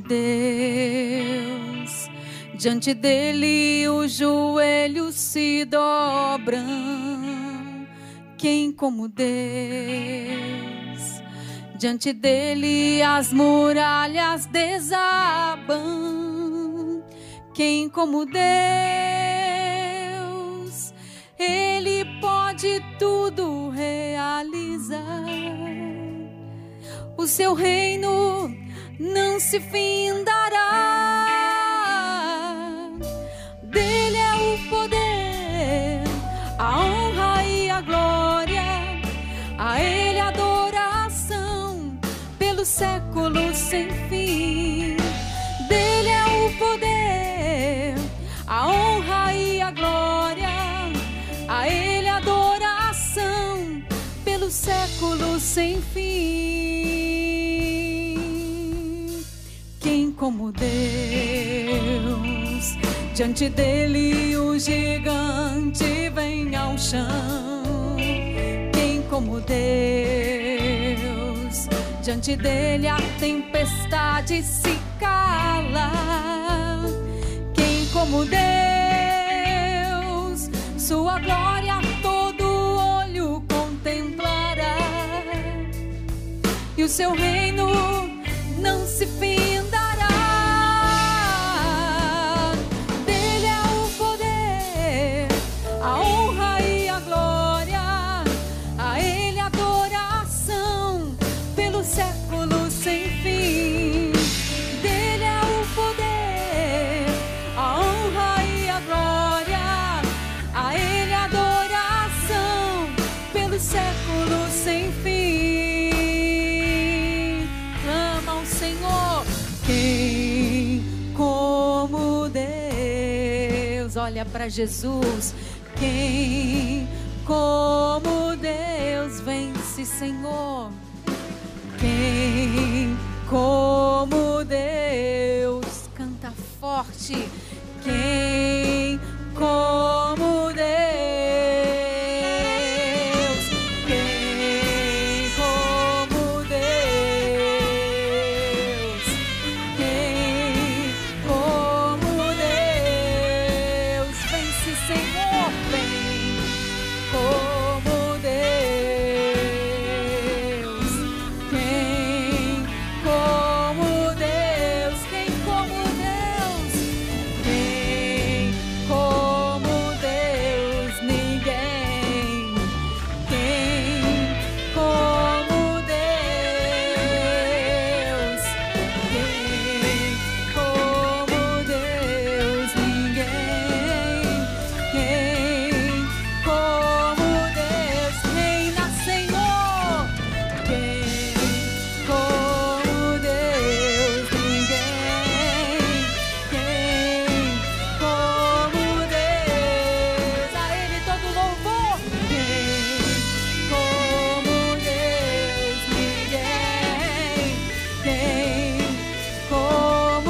Speaker 1: Deus? Diante dele os joelhos se dobram. Quem como Deus? Diante dele as muralhas desabam. Quem como Deus? Ele pode tudo realizar. O seu reino não se findará. Dele é o poder, a honra e a glória. A ele a adoração pelos séculos sem fim. Dele é o poder, a honra e a glória. A ele a adoração pelos séculos sem fim. Quem como Deus? Diante dele o gigante vem ao chão. Quem como Deus? Diante dele a tempestade se cala. Quem como Deus, sua glória todo olho contemplará. E o seu reino não se findará. Dele é o poder, a honra e a glória. A ele a adoração pelos séculos sem fim. Dele é o poder, a honra e a glória. A ele a adoração pelos séculos sem fim. Clama ao Senhor. Quem como Deus? Olha para Jesus. Quem como Deus? Vence, Senhor. Quem como Deus? Canta forte. Quem como Deus? Quem como Deus? Quem como Deus? Vence, Senhor. Vem como Deus. Quem como Deus? Quem como Deus? Quem como Deus? Ninguém. Quem como Deus? Quem como Deus? Ninguém. Quem como Deus? Reina, Senhor. Quem como Deus? Ninguém. Quem como Deus? A ele todo louvor. Quem como Deus? Ninguém. Quem como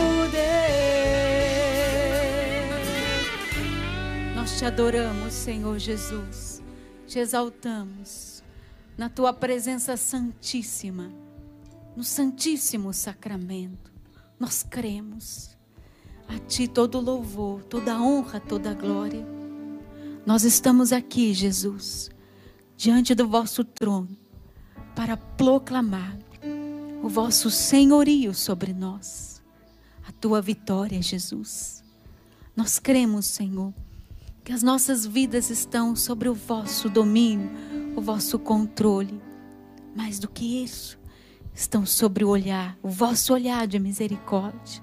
Speaker 1: Deus? Nós te adoramos, Senhor Jesus. Te exaltamos na tua presença santíssima, no santíssimo sacramento. Nós cremos. A ti todo louvor, toda honra, toda glória. Nós estamos aqui, Jesus, diante do vosso trono, para proclamar o vosso senhorio sobre nós, a tua vitória, Jesus. Nós cremos, Senhor, que as nossas vidas estão sobre o vosso domínio, o vosso controle. Mais do que isso, estão sobre o olhar, o vosso olhar de misericórdia.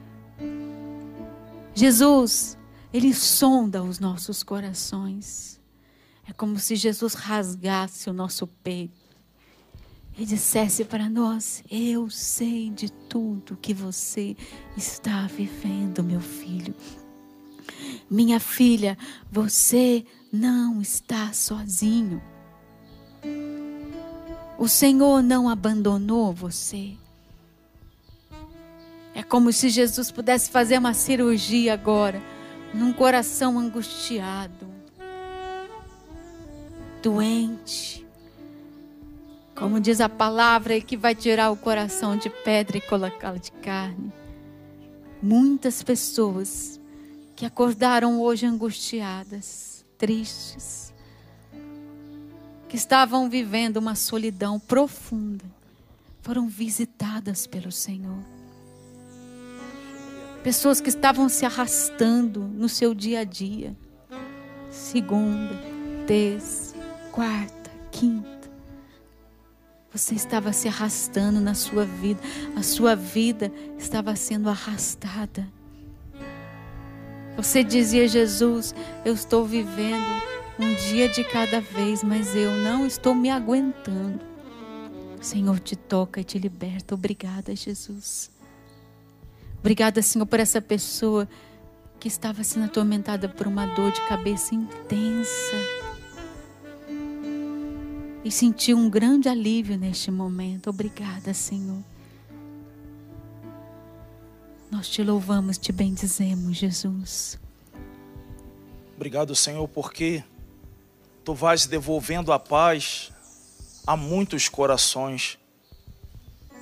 Speaker 1: Jesus, Ele sonda os nossos corações. É como se Jesus rasgasse o nosso peito e dissesse para nós: eu sei de tudo que você está vivendo, meu filho. Minha filha, você não está sozinho. O Senhor não abandonou você. É como se Jesus pudesse fazer uma cirurgia agora, num coração angustiado, doente. Como diz a palavra, que vai tirar o coração de pedra e colocá-lo de carne. Muitas pessoas que acordaram hoje angustiadas, tristes, que estavam vivendo uma solidão profunda, foram visitadas pelo Senhor. Pessoas que estavam se arrastando no seu dia a dia, segunda, terça, quarta, quinta. Você estava se arrastando na sua vida, a sua vida estava sendo arrastada. Você dizia: Jesus, eu estou vivendo um dia de cada vez, mas eu não estou me aguentando. O Senhor te toca e te liberta. Obrigada, Jesus. Obrigada, Senhor, por essa pessoa que estava sendo atormentada por uma dor de cabeça intensa e sentiu um grande alívio neste momento. Obrigada, Senhor. Nós te louvamos, te bendizemos, Jesus.
Speaker 2: Obrigado, Senhor, porque Tu vais devolvendo a paz a muitos corações.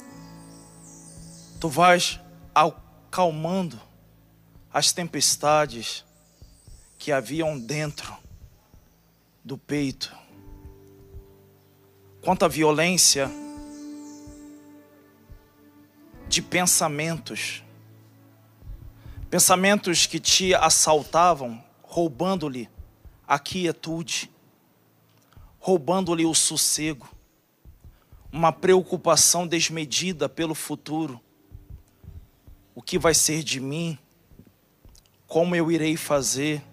Speaker 2: Tu vais acalmando as tempestades que haviam dentro do peito. Quanta violência de pensamentos que te assaltavam, roubando-lhe a quietude, roubando-lhe o sossego, uma preocupação desmedida pelo futuro. O que vai ser de mim? Como eu irei fazer?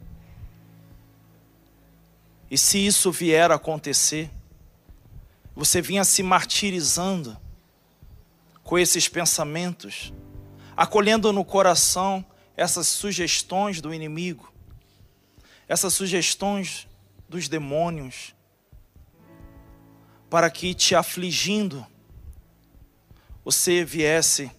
Speaker 2: E se isso vier a acontecer? Você vinha se martirizando com esses pensamentos, acolhendo no coração essas sugestões do inimigo, essas sugestões dos demônios, para que te afligindo, você viesse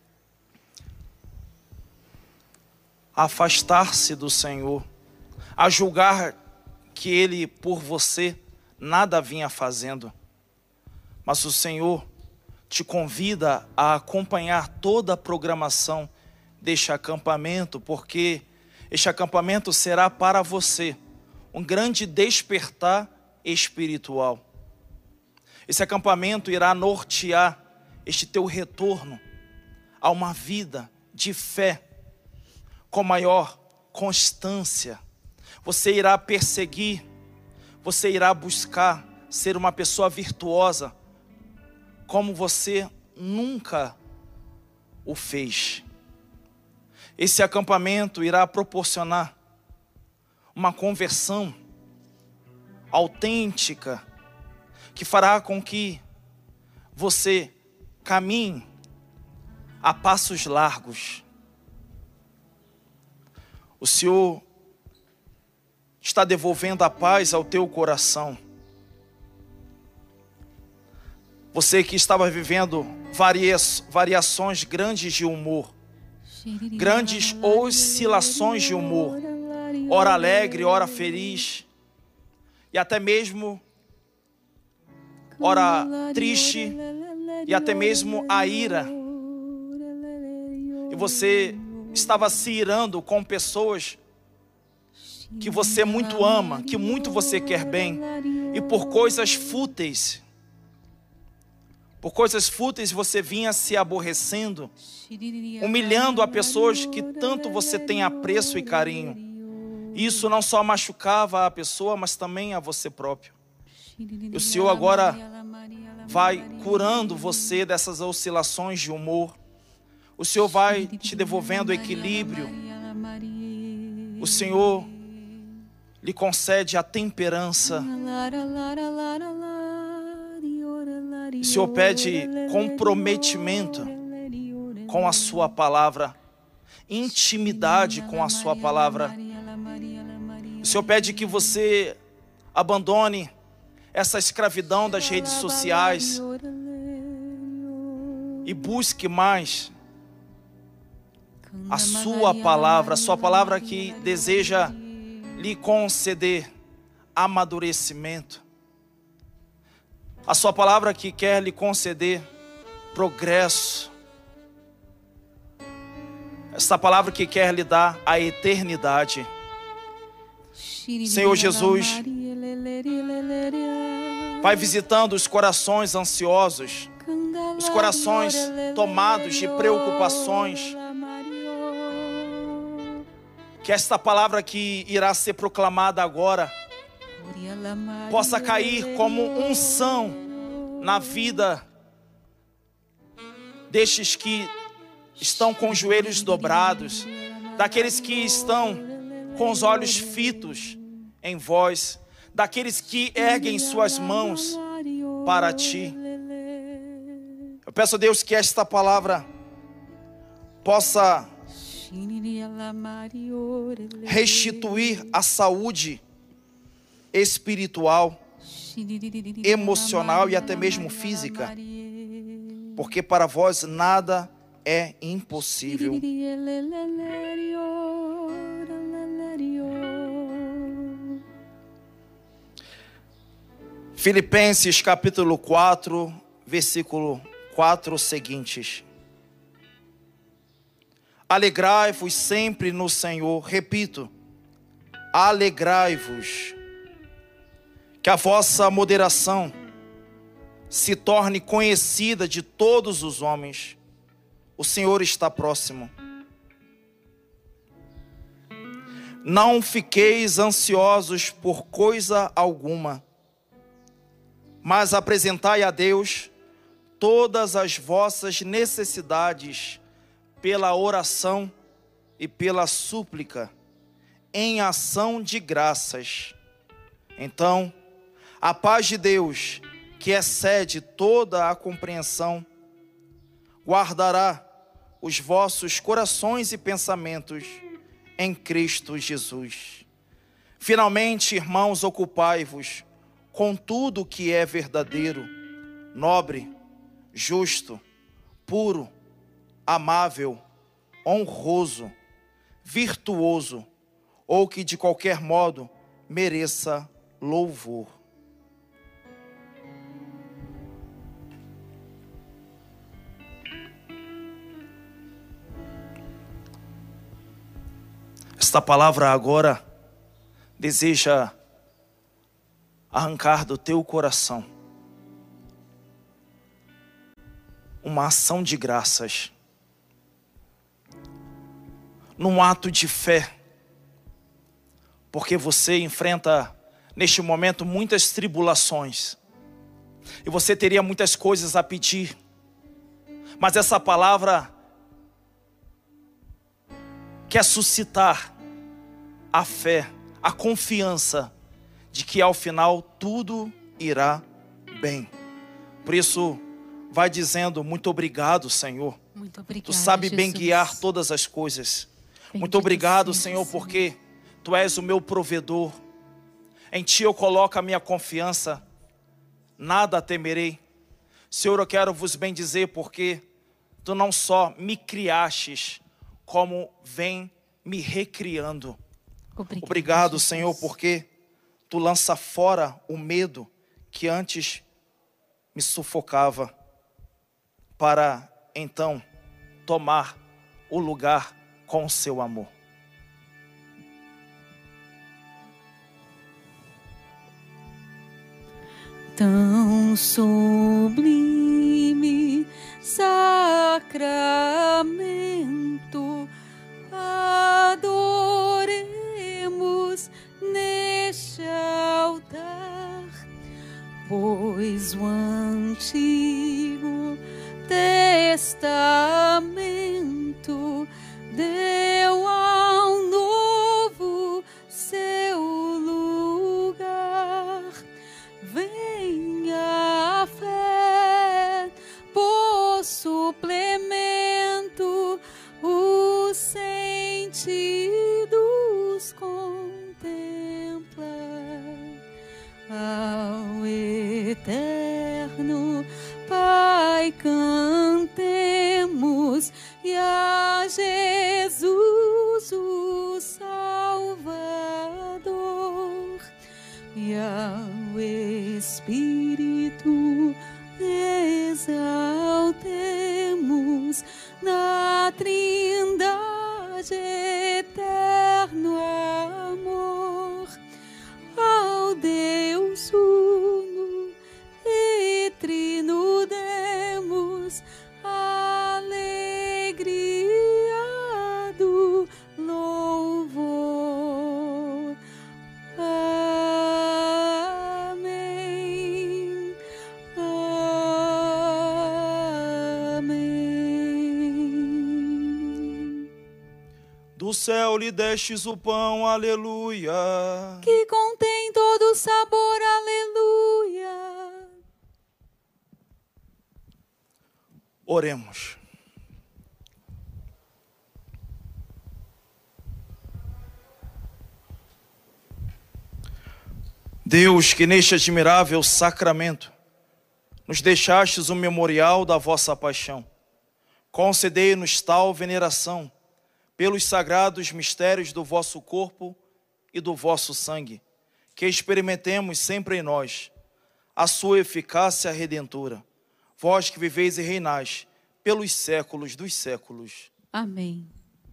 Speaker 2: a afastar-se do Senhor, a julgar que Ele por você nada vinha fazendo. Mas o Senhor te convida a acompanhar toda a programação deste acampamento, porque este acampamento será para você um grande despertar espiritual. Esse acampamento irá nortear este teu retorno a uma vida de fé com maior constância. Você irá perseguir, você irá buscar ser uma pessoa virtuosa, como você nunca o fez. Esse acampamento irá proporcionar uma conversão autêntica, que fará com que você caminhe a passos largos. O Senhor está devolvendo a paz ao teu coração. Você que estava vivendo variações grandes de humor, grandes oscilações de humor, ora alegre, ora feliz, e até mesmo ora triste, e até mesmo a ira. E você estava se irando com pessoas que você muito ama, que muito você quer bem, e por coisas fúteis você vinha se aborrecendo, humilhando a pessoas que tanto você tem apreço e carinho. Isso não só machucava a pessoa, mas também a você próprio. E o Senhor agora vai curando você dessas oscilações de humor. O Senhor vai te devolvendo equilíbrio. O Senhor lhe concede a temperança. O Senhor pede comprometimento com a sua palavra, intimidade com a sua palavra. O Senhor pede que você abandone essa escravidão das redes sociais e busque mais a sua palavra que deseja lhe conceder amadurecimento, a sua palavra que quer lhe conceder progresso, essa palavra que quer lhe dar a eternidade. Senhor Jesus, vai visitando os corações ansiosos, os corações tomados de preocupações. Que esta palavra que irá ser proclamada agora possa cair como unção na vida destes que estão com os joelhos dobrados, daqueles que estão com os olhos fitos em vós, daqueles que erguem suas mãos para ti. Eu peço a Deus que esta palavra possa restituir a saúde espiritual, emocional e até mesmo física, porque para vós nada é impossível. Filipenses capítulo 4, versículo 4 seguintes. Alegrai-vos sempre no Senhor. Repito, alegrai-vos. Que a vossa moderação se torne conhecida de todos os homens. O Senhor está próximo. Não fiqueis ansiosos por coisa alguma, mas apresentai a Deus todas as vossas necessidades pela oração e pela súplica, em ação de graças. Então, a paz de Deus, que excede toda a compreensão, guardará os vossos corações e pensamentos em Cristo Jesus. Finalmente, irmãos, ocupai-vos com tudo que é verdadeiro, nobre, justo, puro, amável, honroso, virtuoso, ou que de qualquer modo mereça louvor. Esta palavra agora deseja arrancar do teu coração uma ação de graças, num ato de fé, porque você enfrenta neste momento muitas tribulações, e você teria muitas coisas a pedir, mas essa palavra quer suscitar a fé, a confiança de que ao final tudo irá bem. Por isso, vai dizendo: muito obrigado, Senhor.
Speaker 1: Muito obrigado,
Speaker 2: Tu sabe bem
Speaker 1: Jesus.
Speaker 2: guiar todas as coisas.
Speaker 1: Bendito
Speaker 2: Muito obrigado,
Speaker 1: seja,
Speaker 2: Senhor,
Speaker 1: Senhor.
Speaker 2: porque Tu és o meu provedor. Em Ti eu coloco a minha confiança. Nada temerei. Senhor, eu quero vos bendizer porque Tu não só me criastes, como vem me recriando. Obrigado,
Speaker 1: Jesus.
Speaker 2: Senhor, porque Tu lança fora o medo que antes me sufocava, para então tomar o lugar com o Seu amor.
Speaker 1: Tão sublime sacramento, adoremos neste altar, pois o Antigo Testamento deu ao Novo seu lugar. Venha a fé por suplemento, os sentidos contempla. Ao eterno Pai cantemos, e a Jesus o Salvador, e ao Espírito exaltemos na Trindade eterno amor. Ao Deus uno e trino demos alegria do louvor. Amém. Amém.
Speaker 2: Do céu lhe destes o pão, aleluia.
Speaker 1: Que contém todo o sabor, aleluia.
Speaker 2: Oremos. Deus, que neste admirável sacramento nos deixastes o memorial da vossa paixão, concedei-nos tal veneração pelos sagrados mistérios do vosso corpo e do vosso sangue, que experimentemos sempre em nós a sua eficácia redentora. Vós que viveis e reinais pelos séculos dos séculos.
Speaker 1: Amém.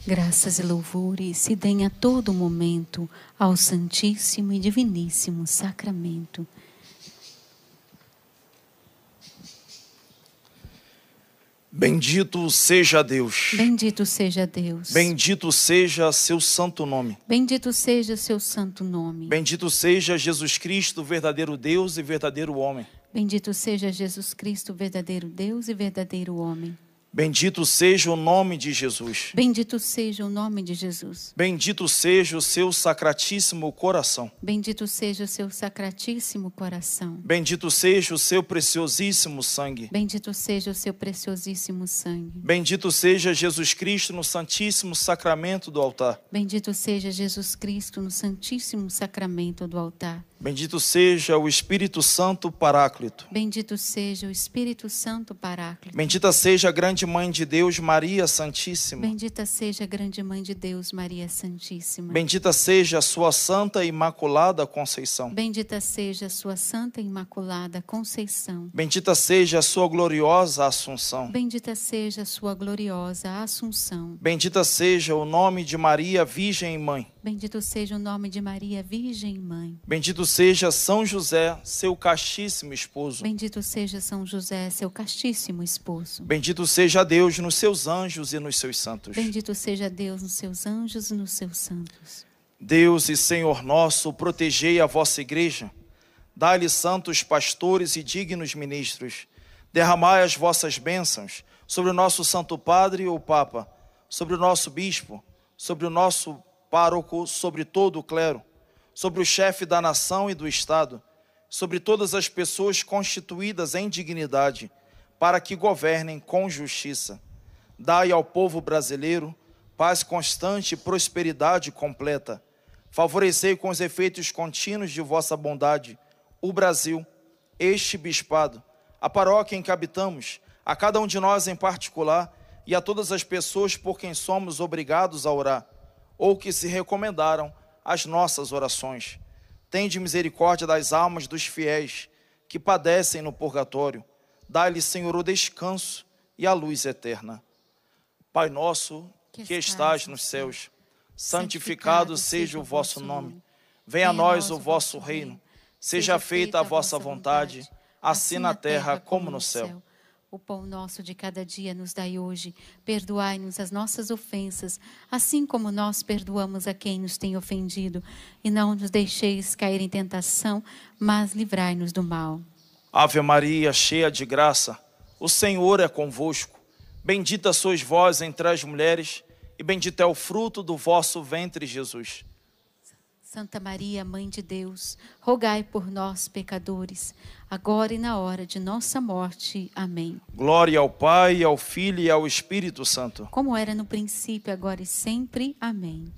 Speaker 1: Graças e louvores se deem a todo momento ao Santíssimo e Diviníssimo Sacramento.
Speaker 2: Bendito seja Deus.
Speaker 1: Bendito seja Deus.
Speaker 2: Bendito seja seu santo nome.
Speaker 1: Bendito seja seu santo nome.
Speaker 2: Bendito seja Jesus Cristo, verdadeiro Deus e verdadeiro homem.
Speaker 1: Bendito seja Jesus Cristo, verdadeiro Deus e verdadeiro homem.
Speaker 2: Bendito seja o nome de Jesus.
Speaker 1: Bendito seja o nome de Jesus.
Speaker 2: Bendito seja o seu sacratíssimo coração.
Speaker 1: Bendito seja o seu sacratíssimo coração.
Speaker 2: Bendito seja o seu preciosíssimo sangue.
Speaker 1: Bendito seja o seu preciosíssimo sangue.
Speaker 2: Bendito seja Jesus Cristo no santíssimo sacramento do altar.
Speaker 1: Bendito seja Jesus Cristo no santíssimo sacramento do altar.
Speaker 2: Bendito seja o Espírito Santo Paráclito.
Speaker 1: Bendito seja o Espírito Santo Paráclito.
Speaker 2: Bendita seja a grande Mãe de Deus, Maria Santíssima.
Speaker 1: Bendita seja a grande Mãe de Deus, Maria Santíssima.
Speaker 2: Bendita seja a sua Santa e Imaculada Conceição.
Speaker 1: Bendita seja a sua Santa e Imaculada Conceição.
Speaker 2: Bendita seja a sua gloriosa Assunção.
Speaker 1: Bendita seja a sua gloriosa Assunção.
Speaker 2: Bendita seja o nome de Maria, Virgem e Mãe.
Speaker 1: Bendito seja o nome de Maria, Virgem e Mãe.
Speaker 2: Bendito seja São José, seu castíssimo esposo.
Speaker 1: Bendito seja São José, seu castíssimo esposo.
Speaker 2: Bendito seja Deus nos seus anjos e nos seus santos.
Speaker 1: Bendito seja Deus nos seus anjos e nos seus santos.
Speaker 2: Deus e Senhor nosso, protegei a vossa igreja. Dai-lhe santos pastores e dignos ministros. Derramai as vossas bênçãos sobre o nosso Santo Padre, o Papa, sobre o nosso bispo, sobre o nosso pároco, sobre todo o clero, sobre o chefe da nação e do Estado, sobre todas as pessoas constituídas em dignidade, para que governem com justiça. Dai ao povo brasileiro paz constante e prosperidade completa. Favorecei com os efeitos contínuos de vossa bondade o Brasil, este bispado, a paróquia em que habitamos, a cada um de nós em particular e a todas as pessoas por quem somos obrigados a orar, ou que se recomendaram às nossas orações. Tende misericórdia das almas dos fiéis que padecem no purgatório. Dai-lhe, Senhor, o descanso e a luz eterna. Pai nosso, que estás nos céus, santificado seja o vosso nome. Venha a nós o vosso reino. Seja feita a vossa vontade, assim na terra como no céu.
Speaker 1: O pão nosso de cada dia nos dai hoje. Perdoai-nos as nossas ofensas, assim como nós perdoamos a quem nos tem ofendido. E não nos deixeis cair em tentação, mas livrai-nos do mal.
Speaker 2: Ave Maria, cheia de graça, o Senhor é convosco. Bendita sois vós entre as mulheres, e bendito é o fruto do vosso ventre, Jesus.
Speaker 1: Santa Maria, Mãe de Deus, rogai por nós, pecadores, agora e na hora de nossa morte. Amém.
Speaker 2: Glória ao Pai, ao Filho e ao Espírito Santo.
Speaker 1: Como era no princípio, agora e sempre. Amém.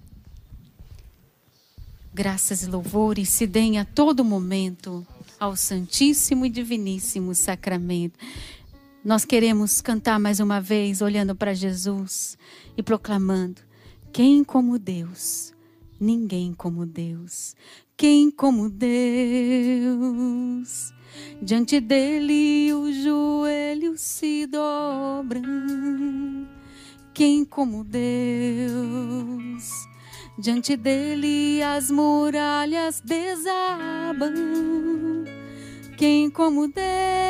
Speaker 1: Graças e louvores se deem a todo momento ao Santíssimo e Diviníssimo Sacramento. Nós queremos cantar mais uma vez, olhando para Jesus e proclamando: quem como Deus? Ninguém como Deus. Quem como Deus? Diante dele os joelhos se dobram. Quem como Deus? Diante dele as muralhas desabam. Quem como Deus?